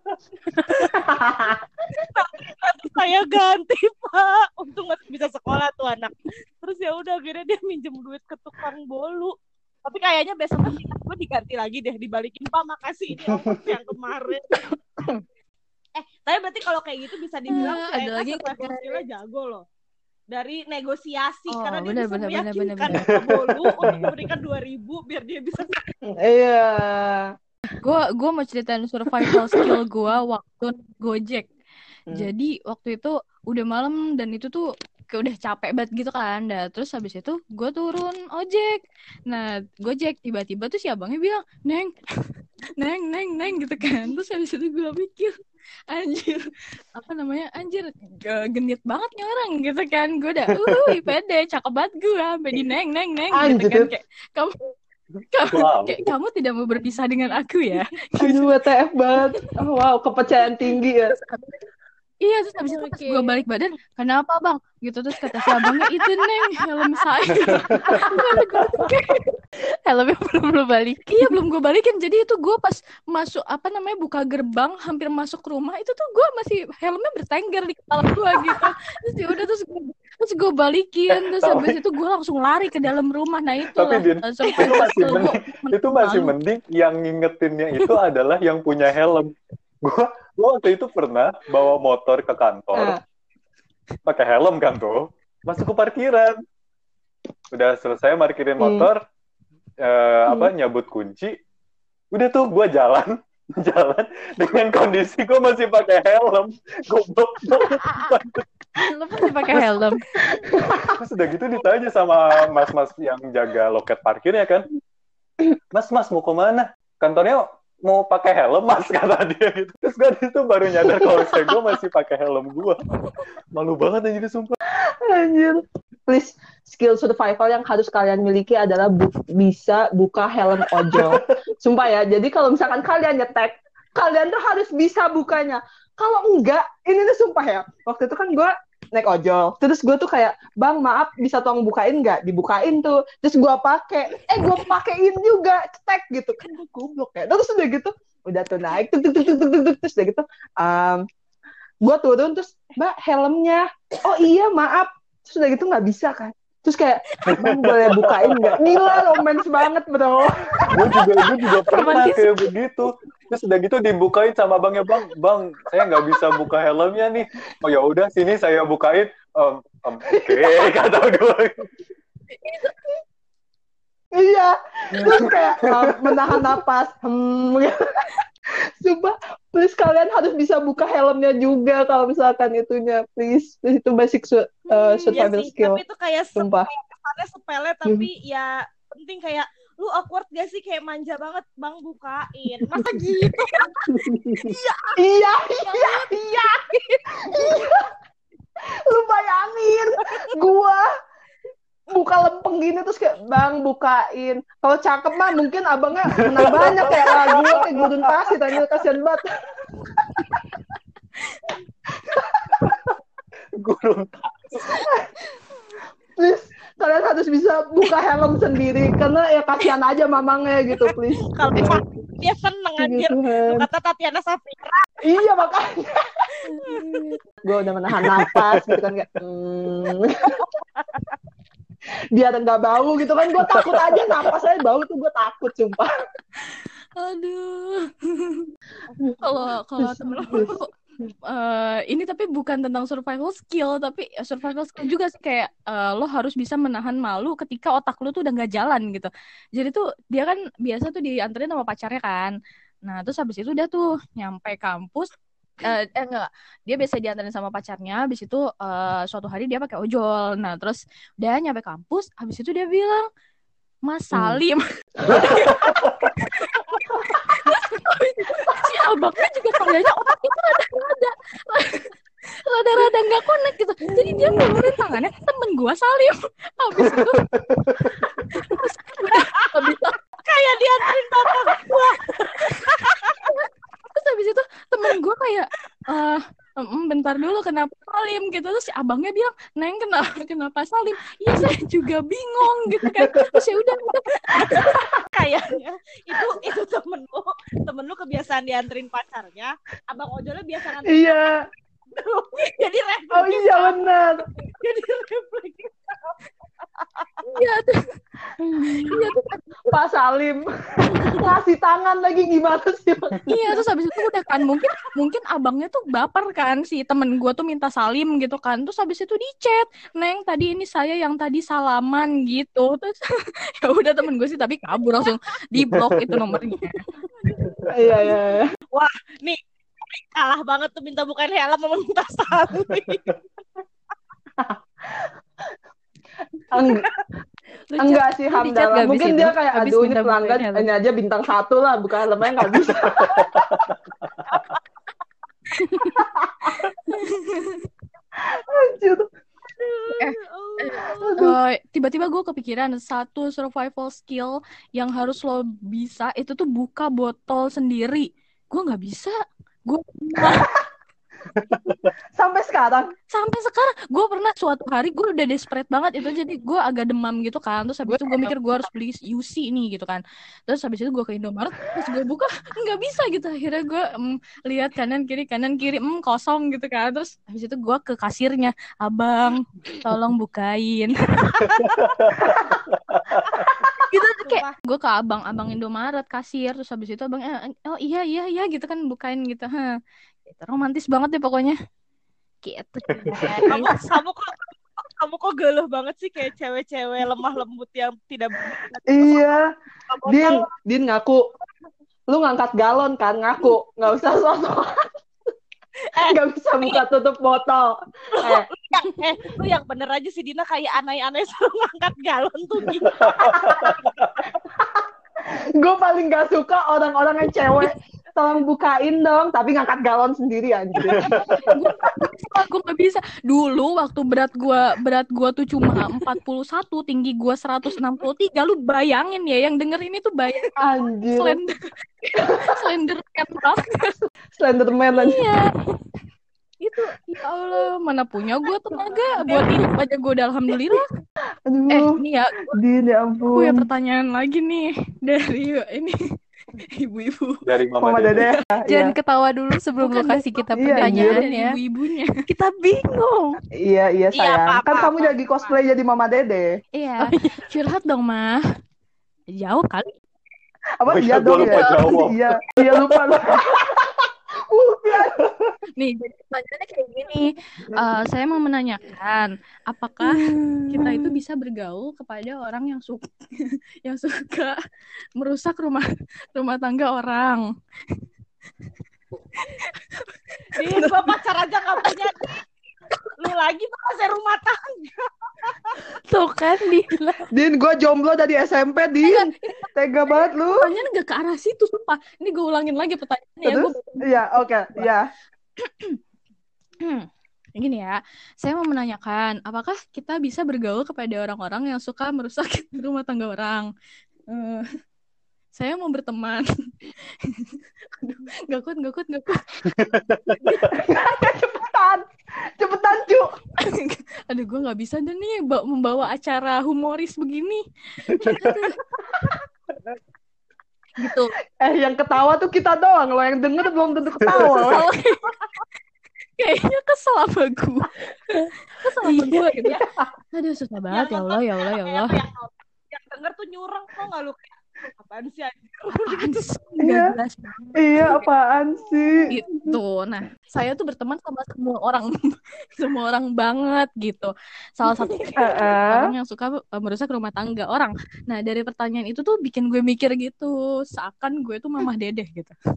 Nanti saya ganti Pak, untung masih bisa sekolah tuh anak. Terus ya udah akhirnya dia minjem duit ke tukang bolu. Tapi kayaknya besok nanti gue diganti lagi deh, dibalikin Pak, makasih ini ongkos yang kemarin. Eh, tapi berarti kalau kayak gitu bisa dibilang Ah, saya ada lagi survival skill-nya jago loh. Dari negosiasi Oh, karena dia benar, bisa benar, benar, meyakinkan benar, Pak Bolu untuk memberikan dua ribu biar dia bisa. Iya. Gue gue mau ceritain survival skill gue waktu Gojek. Hmm. Jadi waktu itu udah malam dan itu tuh kayak udah capek banget gitu kan. Nah, terus habis itu gue turun ojek. Nah, Gojek tiba-tiba tuh si abangnya bilang, "Neng, neng, neng, neng," gitu kan. Terus habis itu gue mikir, anjir, apa namanya, anjir, ge- genit banget nih orang gitu kan. Gue udah, uh, pede, cakep banget gue, sampai di neng, neng, neng gitu kan. Anjir. Kayak, kamu, kamu, Wow. kayak, kamu tidak mau berpisah dengan aku ya? Aduh, W T F banget. Oh, wow, kepercayaan tinggi ya. Iya, terus habis itu pas Oke. gue balik badan, kenapa bang? Gitu, terus kata si abangnya, itu neng, helm saya. Helmnya belum lu balikin. Iya, belum gue balikin. Jadi itu gue pas masuk, apa namanya, buka gerbang, hampir masuk rumah, itu tuh gue masih, helmnya bertengger di kepala gue gitu. Terus ya udah, terus gue, terus gue balikin, terus Tapi- habis itu gue langsung lari ke dalam rumah. Nah Tapi itulah Din, uh, itu survival masih skill gue. mending, itu masih mending yang ngingetinnya itu adalah yang punya helm. Gua, gua waktu itu pernah bawa motor ke kantor, Ah. pakai helm kan tuh, masuk ke parkiran. Udah selesai parkirin Hmm. motor, eh, apa nyabut kunci, udah tuh gua jalan, jalan dengan kondisi gua masih pakai helm, goblok banget. Lu pasti pakai helm. Terus udah gitu ditanya sama mas-mas yang jaga loket parkirnya kan, Mas, mas mau kemana? Kantornya mau pakai helm mas, kata dia gitu. Terus gue di situ baru nyadar kalau saya gue masih pakai helm gue. Malu banget anjir sumpah. Anjir. Please, skill survival yang harus kalian miliki adalah bu- bisa buka helm ojol. Sumpah ya, jadi kalau misalkan kalian nyetek, kalian tuh harus bisa bukanya. Kalau enggak, ini tuh sumpah ya, waktu itu kan gue naik ojol, terus gue tuh kayak, bang maaf bisa tolong bukain nggak? Dibukain tuh, terus gue pakai, eh gue pakein juga, cetek gitu kan, gue goblok ya. Terus udah gitu, udah tuh naik, tuk, tuk, tuk, tuk, tuk, tuk, terus udah gitu, um, gue turun terus, mbak helmnya, oh iya maaf, terus udah gitu nggak bisa kan? Terus kayak, bang boleh bukain nggak? Gila, romance banget bro. Gue juga, gue juga pernah Romantis. kayak begitu. Terus udah gitu dibukain sama abangnya, bang, bang, saya nggak bisa buka helmnya nih. Oh ya udah, sini saya bukain. Um, um, Oke, kata gue. Iya, terus kayak um, menahan napas. Hmm, gitu. Sumpah, please kalian harus bisa buka helmnya juga kalau misalkan itunya, please. Please, itu basic su- uh, survival Iya sih, skill. tapi itu kayak se- Sumpah. kesannya sepele tapi ya penting, kayak lu awkward gak sih, kayak manja banget, bang bukain, masa gitu? Iya, iya, iya, iya. Lu bayangin, gua buka lempeng gini terus kayak, bang bukain. Kalau cakep mah mungkin abangnya menang banyak kayak lagu kayak gurun pasir, tanya kasihan banget. Gurung. Please, kalian harus bisa buka helm sendiri karena ya kasihan aja mamangnya gitu, please. Kalau dia seneng Ya anjir, Tuhan. kata Tatiana Safira. Iya makanya. Gue udah menahan napas gitu kan kayak hmm. Biar nggak bau gitu kan, gue takut aja napas saya bau tuh, gue takut sumpah. Aduh. Kalau kalau temen aku eh, ini tapi bukan tentang survival skill, tapi ya survival skill juga sih, kayak eh, lo harus bisa menahan malu ketika otak lo tuh udah nggak jalan gitu. Jadi tuh dia kan biasa tuh dianterin sama pacarnya kan. Nah terus habis itu udah tuh nyampe kampus. Eh, eh enggak, dia biasa dianterin sama pacarnya. Habis itu eh, suatu hari dia pakai ojol. Nah terus udah nyampe kampus, habis itu dia bilang, Mas Hmm. Salim. Si abangnya juga kayaknya otaknya tuh rada-rada rada-rada nggak connect gitu. Jadi dia ngulurin tangannya temen gua Salim. Habis itu udah habis itu Kayak dianterin bapak gua. terus habis itu temen gua kayak eh "Em, bentar dulu kenapa Salim gitu." Terus si abangnya bilang, "Neng kenapa kenapa Salim?" "Iya saya juga bingung," gitu kan. Terus ya udah udah. Kayaknya itu itu temen lu, temen lu kebiasaan dianterin pacarnya, abang ojolnya biasa nganterin. Iya. Jadi Oh refleks. iya benar. Jadi refleks. Iya tuh. Iya tuh. Pak Salim ngasih tangan lagi gimana sih? Iya terus habis itu udah kan mungkin mungkin abangnya tuh baper kan si temen gue tuh minta salim gitu kan. Terus habis itu di chat, "Neng tadi ini saya yang tadi salaman," gitu. Terus ya udah temen gue sih tapi kabur langsung di blok itu nomornya. Iya iya. iya. Wah, nih kalah banget tuh minta bukan helm sama minta salim. Eng- Lu enggak sih lu di chat Hamdallah. gak abis Mungkin itu? dia kayak Abis aduh ini minta bukain pelanggan helm. ini aja bintang satu lah, bukan helmnya nggak bisa. Anjir. Eh, eh, tiba-tiba gue kepikiran satu survival skill yang harus lo bisa itu tuh buka botol sendiri. Gue nggak bisa. Gue Sampai sekarang. sampai sekarang gue pernah suatu hari gue udah desperate banget itu jadi gue agak demam gitu kan. Terus habis itu gue mikir gue harus beli U C nih gitu kan. Terus habis itu gue ke Indomaret terus gue buka nggak bisa gitu. Akhirnya gue mm, lihat kanan kiri kanan kiri mm, kosong gitu kan. Terus habis itu gue ke kasirnya, "Abang tolong bukain." Gitu tuh kayak gue ke abang abang Indomaret kasir. Terus habis itu abang "Eh, oh iya iya iya" gitu kan bukain gitu. Hah. Gitu, romantis banget deh pokoknya. Gitu. kamu kamu kok kamu kok geluh banget sih kayak cewek-cewek lemah lembut yang tidak Iya. Din, Din ngaku. Lu ngangkat galon kan ngaku. Nggak usah sok-sok. Nggak bisa buka tutup botol. Eh, yang eh lu yang bener aja sih Dina kayak aneh-aneh suruh ngangkat galon tuh gitu. gue paling gak suka orang-orang yang cewek. Tolong bukain dong, tapi ngangkat galon sendiri anjir. Gue gak bisa. Dulu waktu berat gue berat gua tuh cuma empat puluh satu, tinggi gue seratus enam puluh tiga. Lu bayangin ya, yang denger ini tuh bayangin Anjir. slender slender banget. Slenderman anjir. Iya. Itu ya Allah, mana punya gue tenaga buat hidup aja gue udah alhamdulillah. Aduh. Eh, nih ya, Din, ya gue ya ampun. pertanyaan lagi nih dari ini ibu-ibu. Dari Mama, Mama Dede. Dede. Jangan Iya. ketawa dulu sebelum Bukan lu kasih kita Iya, pertanyaan Dari ya. ibu-ibunya. Kita bingung. Iya, iya Iya, sayang. apa, Kan apa, kamu apa. lagi cosplay jadi Mama Dede. Iya, curhat dong mah. Jawab kali. Apa Oh iya iya, dong gua lupa ya? jawab. Iya, iya lupa lupa. Bukan. Nih, jadi pertanyaannya kayak gini. Eh, saya mau menanyakan, apakah kita itu bisa bergaul kepada orang yang suka yang suka merusak rumah rumah tangga orang? Din, gua pacar aja gak punya. Lu lagi pakai rumah tangga. Tuh kan Dila. Din, gue jomblo dari S M P, Din. Tega banget lu. Pertanyaan nggak ke arah situ, sumpah. Ini gue ulangin lagi pertanyaannya ya. Terus? Gue Iya, oke. Iya. Hmm, gini ya, saya mau menanyakan, apakah kita bisa bergaul kepada orang-orang yang suka merusak rumah tangga orang? Eh, saya mau berteman. Aduh, gak kuat, gak kuat, gak kuat. Cepetan. Cepetan, cu. Aduh, gue gak bisa deh nih ba- membawa acara humoris begini. Gitu. Eh, yang ketawa tuh kita doang. Lo yang denger belum tentu ketawa. Kayaknya kesel sama gue. Kesel sama gue gitu. Aduh, susah banget ya Allah, ya Allah, ya Allah. Yang, yang denger tuh nyurang tau gak lu kayak apaan sih anjir. Apaan sih? Iya. Gak jelas banget. Iya, apaan sih? Gitu. Nah, saya tuh berteman sama semua orang, semua orang banget gitu. Salah satu Heeh. orang yang suka uh, merusak rumah tangga orang. Nah, dari pertanyaan itu tuh bikin gue mikir gitu, seakan gue tuh mamah dedeh gitu.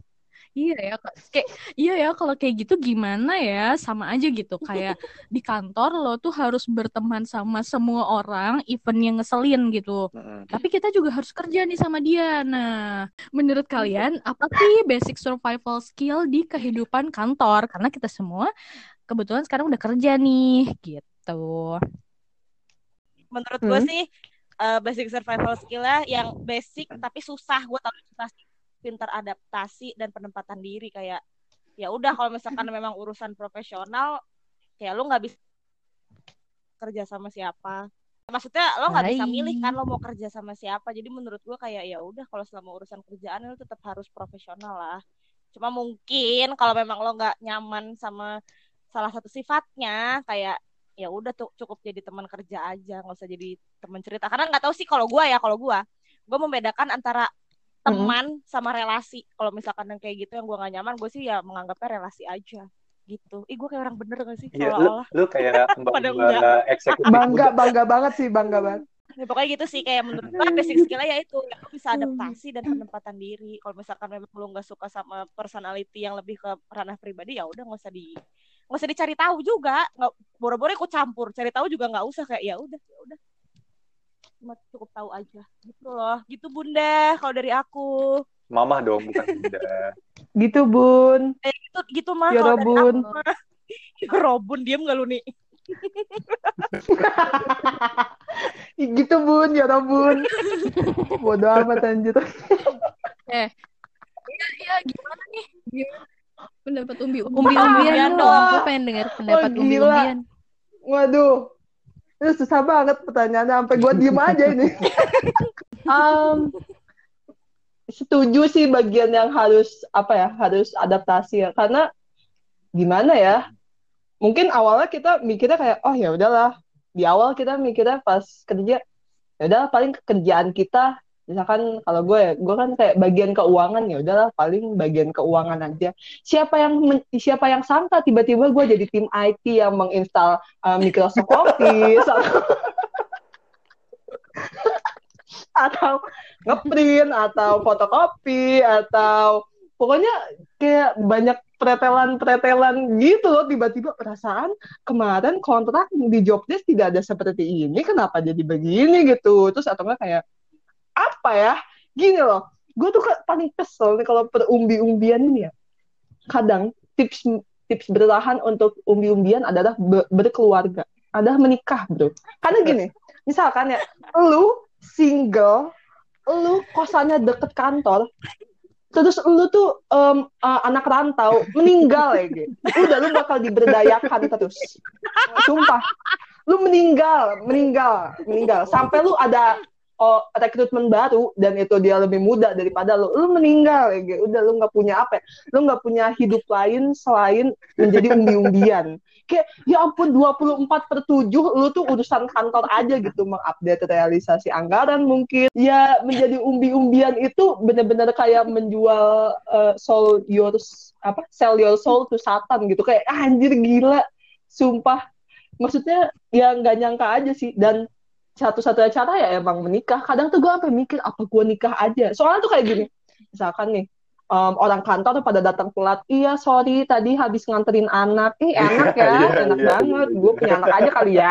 Iya ya, Kak. Kayak iya ya kalau kayak gitu gimana ya? Sama aja gitu. Kayak di kantor lo tuh harus berteman sama semua orang, even yang ngeselin gitu. Mm-mm. Tapi kita juga harus kerja nih sama dia. Nah, menurut kalian apa sih basic survival skill di kehidupan kantor? Karena kita semua kebetulan sekarang udah kerja nih, gitu. Menurut gue Hmm. sih uh, basic survival skill-nya yang basic tapi susah. Gue tahu susah sih. Pintar adaptasi dan penempatan diri. Kayak ya udah kalau misalkan memang urusan profesional, kayak lu nggak bisa kerja sama siapa. Maksudnya lo nggak bisa Hai. milih kan lo mau kerja sama siapa. Jadi menurut gue kayak ya udah kalau selama urusan kerjaan lo tetap harus profesional lah. Cuma mungkin kalau memang lo nggak nyaman sama salah satu sifatnya, kayak ya udah tuh cukup jadi teman kerja aja, nggak usah jadi teman cerita. Karena nggak tahu sih kalau gue ya, kalau gue, gue membedakan antara Mm-mm. teman sama relasi. Kalau misalkan yang kayak gitu yang gue nggak nyaman, gue sih ya menganggapnya relasi aja gitu. Ih gue kayak orang bener gak sih? Iya, lu, Seolah-olah. lu kayak Padahal mbak-mbak enggak. eksekutif Bangga, muda. bangga banget sih, bangga banget. Ya, pokoknya gitu sih, kayak menurut gue basic skill-nya ya itu, ya, lo bisa adaptasi dan penempatan diri. Kalau misalkan memang lo nggak suka sama personality yang lebih ke ranah pribadi, ya udah nggak usah di nggak usah dicari tahu juga, nggak boro-boro ikut campur, cari tahu juga nggak usah, kayak ya udah ya udah cuma cukup tahu aja gitu loh, gitu Bunda kalau dari aku. Mamah dong, bukan bunda. Gitu, Bun. Eh, gitu gitu mah Ya kalau dari Robun. aku mah. Ya, Robun diem gak lu nih? Gitu, Bun. Ya Robun. Bodoh amat anjir. Eh, iya, iya, gimana nih? Gimana? Pendapat umbi Umbi-umbian dong. dong. Gue pengen dengar pendapat gila. umbi-umbian. Waduh. Itu susah banget pertanyaannya. Sampai gue diem aja ini. um, setuju sih bagian yang harus apa ya, harus adaptasi ya. Karena gimana ya? Mungkin awalnya kita mikirnya kayak, oh ya udahlah. Di awal kita mikirnya pas kerja, ya udahlah paling kerjaan kita, misalkan kalau gue ya, gue kan kayak bagian keuangan, ya udahlah paling bagian keuangan aja. Siapa yang men- siapa yang sangka tiba-tiba gue jadi tim I T yang menginstal uh, Microsoft Office atau, atau ngeprint atau fotokopi atau pokoknya kayak banyak pretelan-pretelan gitu loh. Tiba-tiba perasaan kemarin kontrak di Jobdesk tidak ada seperti ini, kenapa jadi begini gitu. Terus atau enggak kayak apa ya, gini loh, gue tuh paling kesel nih kalau perumbi-umbian ini ya. Kadang tips tips bertahan untuk umbi-umbian adalah be- berkeluarga, adalah menikah bro. Karena gini, misalkan ya lu single, lu kosannya deket kantor, terus lu tuh um, uh, anak rantau meninggal ya gitu, udah lu bakal diberdayakan terus, sumpah. Lu meninggal meninggal meninggal sampai lu ada oh, rekrutmen baru dan itu dia lebih muda daripada lu, lu meninggal ya gitu. Udah lu nggak punya apa ya, lu nggak punya hidup lain selain menjadi umbi-umbian. Kayak ya ampun, dua puluh empat per tujuh lu tuh urusan kantor aja gitu, mengupdate realisasi anggaran mungkin. Ya menjadi umbi-umbian itu benar-benar kayak menjual uh, soul your apa sell your soul to Satan gitu. Kayak ah, anjir gila sumpah. Maksudnya ya nggak nyangka aja sih. Dan satu-satunya cara ya emang menikah. Kadang tuh gue sampai mikir apa gue nikah aja. Soalnya tuh kayak gini, misalkan nih um, orang kantor tuh pada datang telat, iya sorry tadi habis nganterin anak. Ih enak ya, Iya, enak iya, banget, iya, gue iya. punya anak aja kali ya.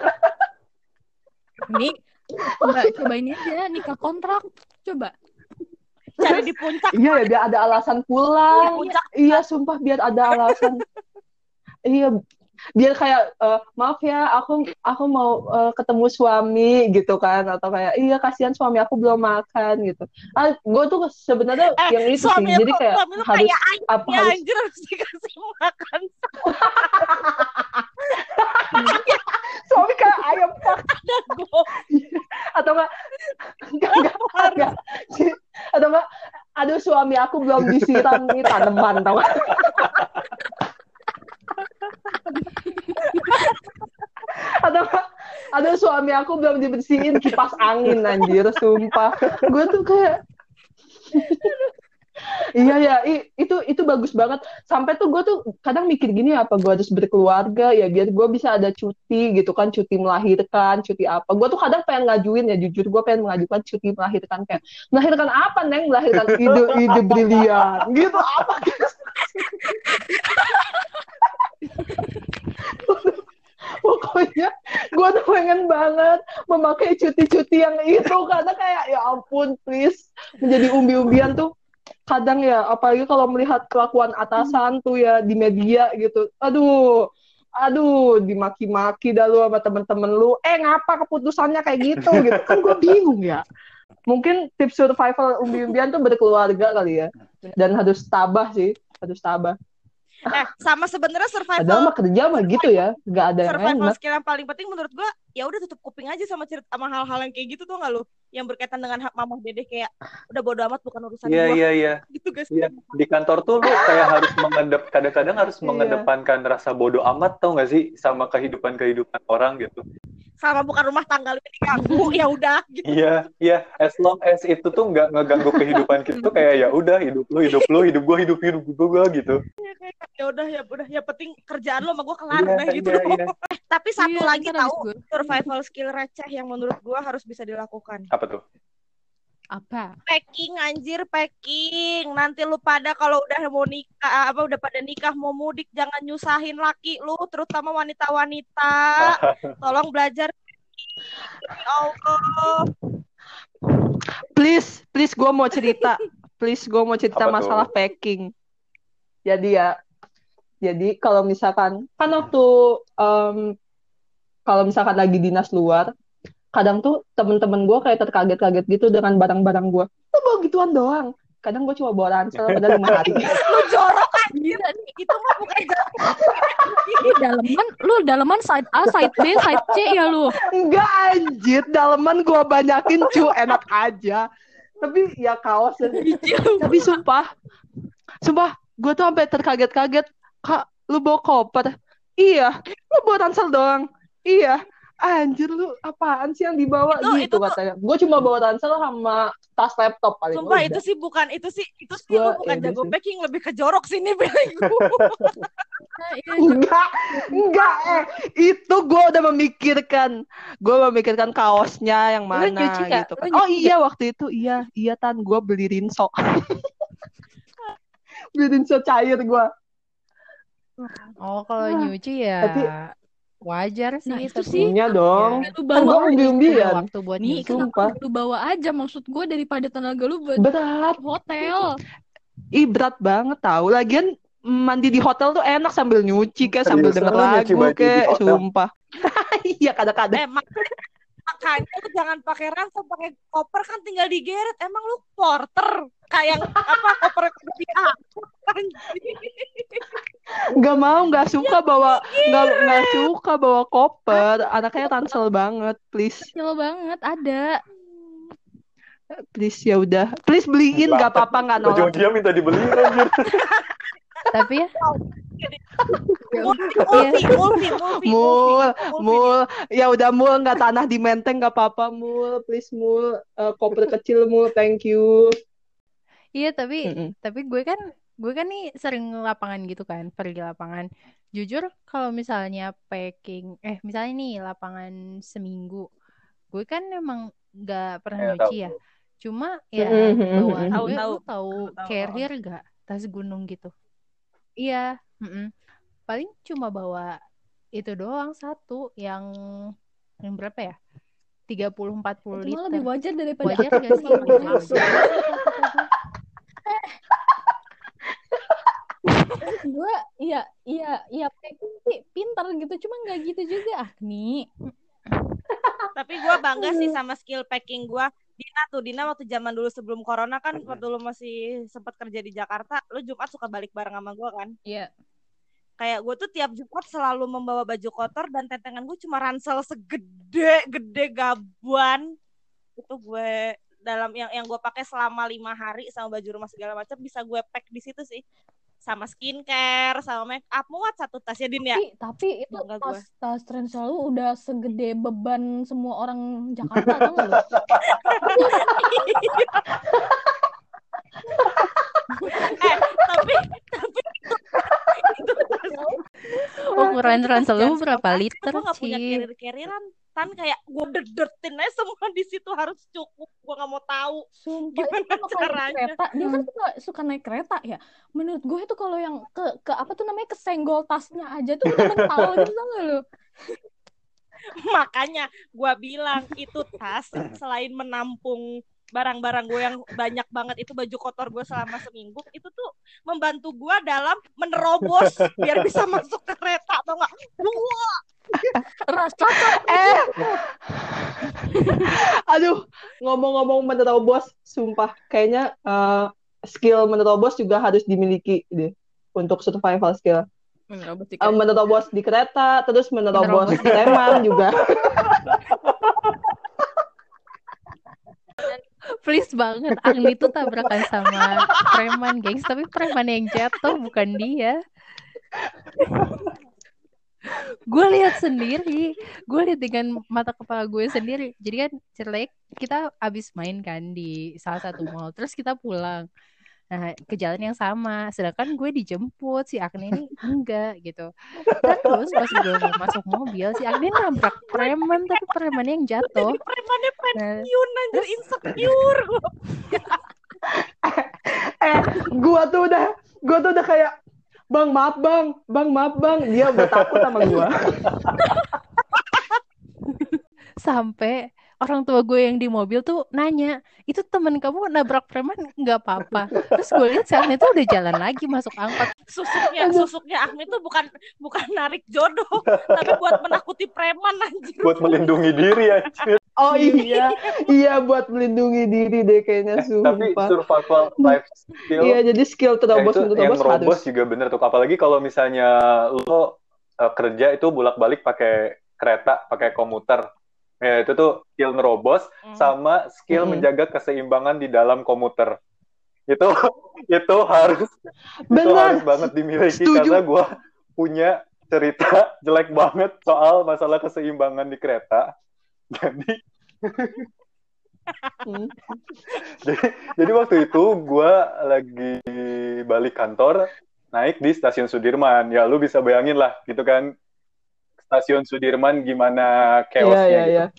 Ini coba cobain aja nikah kontrak. Coba. Cari di puncak. Iya ya, biar ada alasan pulang. Di puncak. Iya sumpah, biar ada alasan. Iya, biar kayak uh, maaf ya aku aku mau uh, ketemu suami gitu kan, atau kayak iya kasihan suami aku belum makan gitu. Ah, gue tuh sebenarnya Eh, yang itu sih, suami jadi lu, kayak suami lu harus kayak ayam apa ya, harus anjir, harus dikasih makan. suami kayak ayam pak, Dan gue atau enggak enggak enggak, enggak. Atau enggak, aduh suami aku belum disiram nih tanaman, tau gak? Atau ada suami aku belum dibersihin kipas angin, anjir sumpah. Gue tuh kayak iya ya, i- itu itu bagus banget. sampai tuh gue tuh kadang mikir gini, apa gue harus berkeluarga ya biar gue bisa ada cuti gitu kan, cuti melahirkan, cuti apa. Gue tuh kadang pengen ngajuin ya, jujur gue pengen mengajukan cuti melahirkan, kayak melahirkan apa Neng, melahirkan ide-ide brilian gitu apa gitu. Pokoknya gue tuh pengen banget memakai cuti-cuti yang itu, karena kayak ya ampun please, menjadi umbi-umbian tuh kadang ya, apalagi kalau melihat kelakuan atasan tuh ya di media gitu, aduh aduh dimaki-maki dah lu sama temen-temen lu, eh ngapa keputusannya kayak gitu gitu kan, gue bingung ya. Mungkin tips survival umbi-umbian tuh berkeluarga kali ya, dan harus tabah sih, harus tabah. Eh, sama sebenarnya Padahal survival mah kerja mah gitu ya, nggak ada yang survival enak. skill yang paling penting menurut gue ya udah tutup kuping aja sama cerita, sama hal-hal yang kayak gitu tuh nggak lu, yang berkaitan dengan hak mamah dede, kayak udah bodo amat, bukan urusan Iya, gua iya, iya. gitu guys. Iya, di kantor tuh lu kayak harus mengendep, kadang-kadang harus Iya. mengedepankan rasa bodoh amat, tau gak sih, sama kehidupan-kehidupan orang gitu. Sama bukan rumah tangga lu ini ganggu ya udah gitu. Iya, iya, as long as itu tuh nggak ngeganggu kehidupan kita tuh kayak ya udah, hidup lu, hidup lu, hidup gua, hidup hidup gua gitu. Ya udah ya udah ya penting kerjaan lu sama gua kelar Iya, udah gitu. iya, iya. Eh, tapi satu Iya, lagi ntar habis tahu gue. survival skill receh yang menurut gua harus bisa dilakukan. Apa tuh? Apa? Packing anjir, packing. Nanti lu pada kalau udah mau nikah, apa udah pada nikah mau mudik, jangan nyusahin laki lu, terutama wanita-wanita. Tolong belajar. Ya Allah. Please, please gue mau cerita. Please gue mau cerita Apa tuh? masalah packing. Jadi ya, jadi kalau misalkan, kan waktu em, kalau misalkan lagi dinas luar, kadang tuh temen-temen gue kayak terkaget-kaget gitu dengan barang-barang gue. Lu bawa gituan doang. Kadang gue cuma bawa ransel pada lima hari. Lu jorok kan? Gila nih. Itu mah bukan jorok. Ini daleman, lu daleman side A, side B, side C ya lu. Enggak anjir, daleman gue banyakin cu, enak aja. Tapi ya kaos dan... Tapi sumpah, sumpah, gue tuh sampai terkaget-kaget. Kak, lu bawa koper? Iya. Lu bawa ransel doang? Iya. Anjir, lu apaan sih yang dibawa Itu- gitu itu tuh- katanya. Gue cuma bawa ransel sama tas laptop paling. Sumpah Udah. itu sih bukan itu sih itu sih Gua- lu bukan ya jago udah sih. packing, lebih ke jorok sini bego. Nah, iya, Enggak, enggak, eh itu gue udah memikirkan, gue memikirkan kaosnya yang Lu mana nyuci nggak? gitu Lu kan. nyuci Oh iya waktu itu, iya, iya Tan, gue beli rinso, beli rinso cair gue. Oh, kalau Ah, nyuci ya tapi- wajar sih. Nah, itu tapi sih. Punya ya, dong, Lu kan gue bawa ada umbi-umbian, waktu buat nih, nyuci. sumpah. kenapa lu bawa aja, maksud gue daripada tenaga lu buat Berat, hotel. ih berat banget tahu. Lagian mandi di hotel tuh enak sambil nyuci kayak sambil Seriusan denger lu nyuci lagu baju di kayak, hotel? sumpah. Iya kadang-kadang. Emang makanya lu jangan pakai ransel, pakai koper kan tinggal digeret. Emang lu porter kayak apa koper yang di aku anjing. Nggak mau, nggak suka bawa, nggak nggak suka bawa koper. Anaknya ransel banget, please. Kecil banget, ada. Please ya udah, please beliin nggak apa-apa, nggak nolak. Ujung-ujungnya minta dibeliin anjir. Tapi ya, Multi, multi, multi, multi, Mul, multi. mul, ya udah mul, nggak tanah di Menteng nggak apa-apa mul, please mul. Eh, koper kecil mul, thank you. iya tapi Mm-mm. tapi gue kan gue kan nih sering lapangan gitu kan, pergi lapangan. Jujur kalau misalnya packing, eh misalnya nih lapangan seminggu, gue kan emang nggak pernah Ya, nyuci tahu. ya. Cuma ya Mm-mm. bawa Tahu, gue, tahu. lu tahu Tahu, carrier gak? Tas gunung gitu. Iya, mm-mm. Paling cuma bawa itu doang satu yang yang berapa ya? tiga puluh empat puluh Itu malah liter. lebih wajar daripada Wajar gak sih? Kalau Wajar, masuk. wajar sih kata gue. Gue iya iya iya packing sih pintar gitu, cuma nggak gitu juga ah nih. Tapi gue bangga sih sama skill packing gue. Dina tuh, Dina waktu zaman dulu sebelum corona kan, waktu lu masih sempat kerja di Jakarta, lu Jumat suka balik bareng sama gue kan. Iya. Kayak gue tuh tiap Jumat selalu membawa baju kotor dan tentengan gue cuma ransel segede gede gabuan. Itu gue dalam yang yang gue pakai selama lima hari sama baju rumah segala macam bisa gue pack di situ sih. Sama skincare, sama make up, muat satu tas ya Din ya. Tapi, tapi itu Bangga tas gue. tas tren selalu udah segede beban semua orang Jakarta tau nggak lu? eh tapi tapi Ukuran itu ransel lu kerjaan berapa sekolah, liter, gue nggak punya Ci? carrier-carrieran. Tan kayak gue dedetin aja semua di situ harus cukup. Gue nggak mau tahu Sumpah itu gimana kalau kayak caranya. kereta, dia kan Hmm. suka, suka naik kereta ya. Menurut gue itu kalau yang ke ke apa tuh namanya kesenggol tasnya aja tuh udah mental gitu tau gak lu? Makanya gue bilang itu tas selain menampung barang-barang gue yang banyak banget, itu baju kotor gue selama seminggu, itu tuh membantu gue dalam menerobos biar bisa masuk ke kereta atau enggak. Wah, Rasa Eh, aduh, ngomong-ngomong menerobos, sumpah, kayaknya eh, skill menerobos juga harus dimiliki deh untuk survival skill. menerobos di Eh, menerobos di kereta, terus menerobos Menerobos di preman juga. Please banget, Agni tuh tabrakan sama preman, gengs. Tapi preman yang jatuh bukan dia. Gue lihat sendiri, gue lihat dengan mata kepala gue sendiri. Jadi kan Cirelek kita abis main kan di salah satu mall, terus kita pulang. Nah, ke jalan yang sama. Sedangkan gue dijemput, si Agni ini enggak gitu. Terus pas gue mau masuk mobil, si Agni nabrak preman, tapi premannya yang jatuh. jadi premannya Nah, pensiun anjir, terus insecure gue. Eh, gua tuh udah, gua tuh udah kayak, bang maaf bang, bang maaf bang, dia udah takut sama gua. sampai orang tua gue yang di mobil tuh nanya, itu temen kamu nabrak preman nggak apa-apa? Terus gue lihat si Agni tuh udah jalan lagi masuk angkot. Susuknya susuknya Ahmi tuh bukan bukan narik jodoh, tapi buat menakuti preman anjir. Buat melindungi diri anjir. Oh iya, iya buat melindungi diri deh kayaknya, Tapi sumpah. survival life skill Iya, jadi skill ya terobos itu yang menerobos harus. nerobos juga bener tuh. Apalagi kalau misalnya lo uh, kerja itu bolak-balik pakai kereta, pakai komuter. Ya itu tuh skill nerobos Hmm. sama skill Mm-mm. menjaga keseimbangan di dalam komuter. Itu itu harus itu Benar, harus banget dimiliki setuju. karena gue punya cerita jelek banget soal masalah keseimbangan di kereta. Jadi Hmm. jadi, jadi waktu itu gue lagi balik kantor, naik di stasiun Sudirman. Ya lu bisa bayangin lah gitu kan, stasiun Sudirman gimana Iya, chaosnya iya, gitu. iya.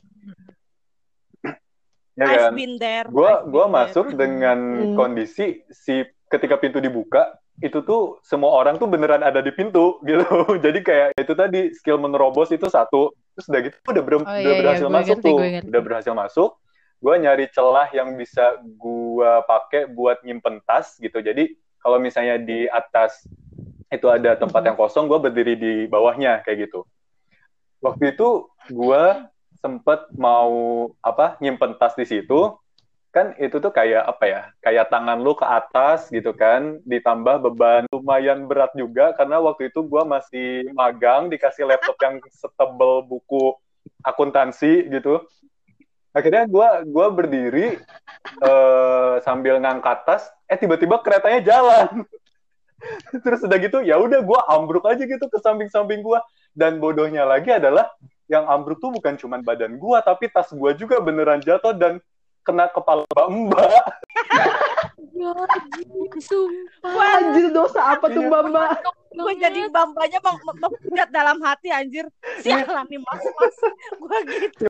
Ya I've kan? been there. Gue I've gua been there. masuk dengan Hmm. kondisi si ketika pintu dibuka itu tuh semua orang tuh beneran ada di pintu gitu. Jadi kayak itu tadi skill menerobos itu satu. Terus udah gitu udah, ber- Oh udah iya iya, berhasil gue masuk ngerti, tuh. gue ngerti. Udah berhasil masuk. Gue nyari celah yang bisa gue pakai buat nyimpen tas gitu. Jadi kalau misalnya di atas itu ada tempat Mhm. yang kosong, gue berdiri di bawahnya kayak gitu. Waktu itu gue sempet mau apa nyimpen tas di situ, kan itu tuh kayak apa ya, kayak tangan lu ke atas gitu kan, ditambah beban lumayan berat juga karena waktu itu gue masih magang, dikasih laptop yang setebel buku akuntansi gitu. Akhirnya gue gua berdiri eh, sambil ngangkat tas, eh tiba-tiba keretanya jalan. Terus udah gitu ya udah gue ambruk aja gitu ke samping-samping gue. Dan bodohnya lagi adalah yang ambruk tuh bukan cuma badan gue, tapi tas gue juga beneran jatuh dan kena kepala mbak-mbak. Ya, sumpah. Anjir, dosa apa tuh Iya. Mbak Mbak? Gue jadi bambanya mau menghujat dalam hati anjir. Sialan nih mas-mas. Gue gitu.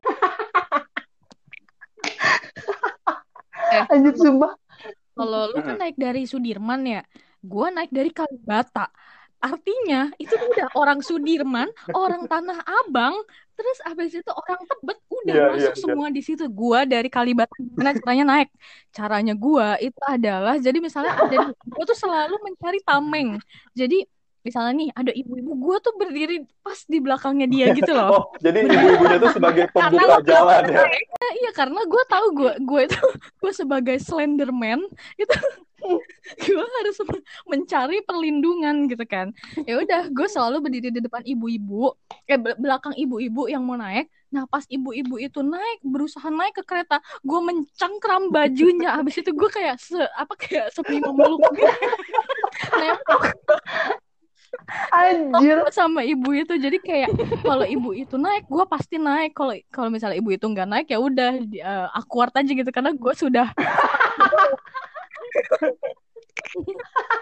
Anjir, sumpah. Kalau lu kan naik dari Sudirman ya, gua naik dari Kalibata. Artinya itu tuh udah orang Sudirman, orang Tanah Abang, terus abis itu orang Tebet udah Iya, masuk iya, semua di situ. Gua dari Kalibata gimana caranya naik? Caranya gua itu adalah jadi misalnya ada gua tuh selalu mencari tameng. Jadi misalnya nih ada ibu-ibu, gua tuh berdiri pas di belakangnya dia gitu loh. Oh, jadi ibu-ibunya tuh sebagai pembuka jalan ya. Iya karena gue tahu gue gue itu gue sebagai Slenderman itu gue harus mencari perlindungan gitu kan. Ya udah gue selalu berdiri di depan ibu-ibu, eh belakang ibu-ibu yang mau naik. Nah pas ibu-ibu itu naik berusaha naik ke kereta, gue mencengkram bajunya. Habis itu gue kayak se apa kayak semi memeluk gitu. Nempel Anjir. sama ibu itu, jadi kayak kalau ibu itu naik gue pasti naik, kalau kalau misalnya ibu itu nggak naik ya udah uh, awkward aja gitu karena gue sudah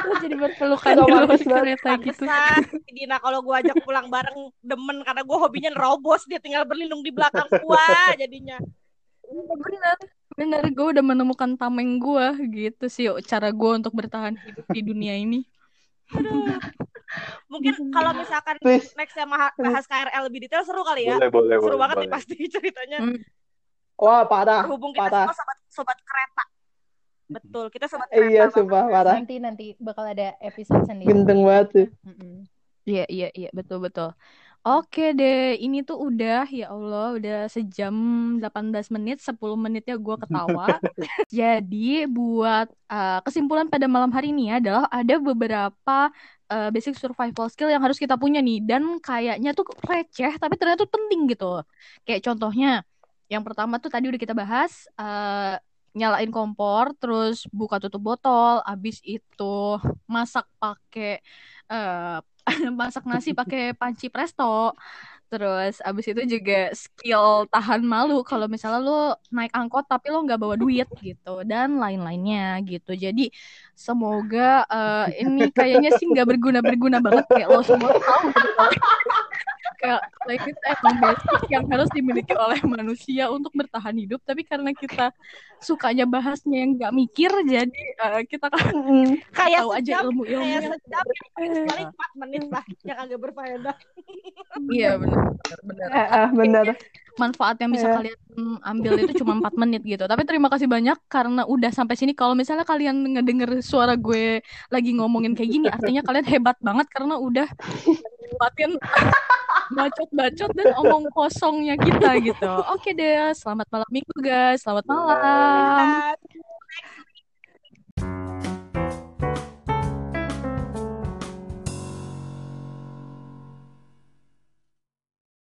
Lo jadi berpelukan di luar Romantis banget. kereta gitu. Pantesan si Dina kalau gue ajak pulang bareng demen karena gue hobinya nerobos, dia tinggal berlindung di belakang gua jadinya. Bener, bener. Gue udah menemukan tameng gue gitu sih cara gue untuk bertahan hidup di dunia ini. Aduh. Mungkin kalau misalkan Please. nextnya mah- bahas K R L lebih detail seru kali ya. Boleh, boleh, Seru boleh, banget nih boleh. pasti ceritanya. Hmm. Wah, parah, Berhubung kita parah. semua sobat sobat kereta. Betul, kita sobat Eh, kereta. Iya, banget. sumpah, parah. Nanti nanti bakal ada episode sendiri. Gendeng banget tuh. Mm-mm. Iya, iya, iya, betul, betul. Oke deh, ini tuh udah, ya Allah, udah sejam delapan belas menit, sepuluh menitnya gue ketawa. Jadi buat uh, kesimpulan pada malam hari ini adalah ada beberapa uh, basic survival skill yang harus kita punya nih. Dan kayaknya tuh receh, tapi ternyata tuh penting gitu. Kayak contohnya, yang pertama tuh tadi udah kita bahas, uh, nyalain kompor, terus buka tutup botol, abis itu masak pakai uh, masak nasi pakai panci presto. Terus abis itu juga skill tahan malu kalau misalnya lo naik angkot tapi lo nggak bawa duit gitu dan lain-lainnya gitu. Jadi semoga uh, ini kayaknya sih nggak berguna-berguna banget kayak lo semua tahu gitu. Kayak like itu emang basic yang harus dimiliki oleh manusia untuk bertahan hidup, tapi karena kita sukanya bahasnya yang nggak mikir, jadi uh, kita kan Mm-mm. Kayak tahu aja sejam, ilmu-ilmu kayak yang sejam sekali empat menit lah yang agak berfaedah. iya benar benar. Eh, eh, bener. Manfaat yang bisa Iya. kalian ambil itu cuma empat menit gitu. Tapi terima kasih banyak karena udah sampai sini. Kalau misalnya kalian ngedenger suara gue lagi ngomongin kayak gini, artinya kalian hebat banget karena udah ngeliatin bacot-bacot dan omong kosongnya kita gitu. Oke deh, selamat malam minggu guys. Selamat malam. Dadah.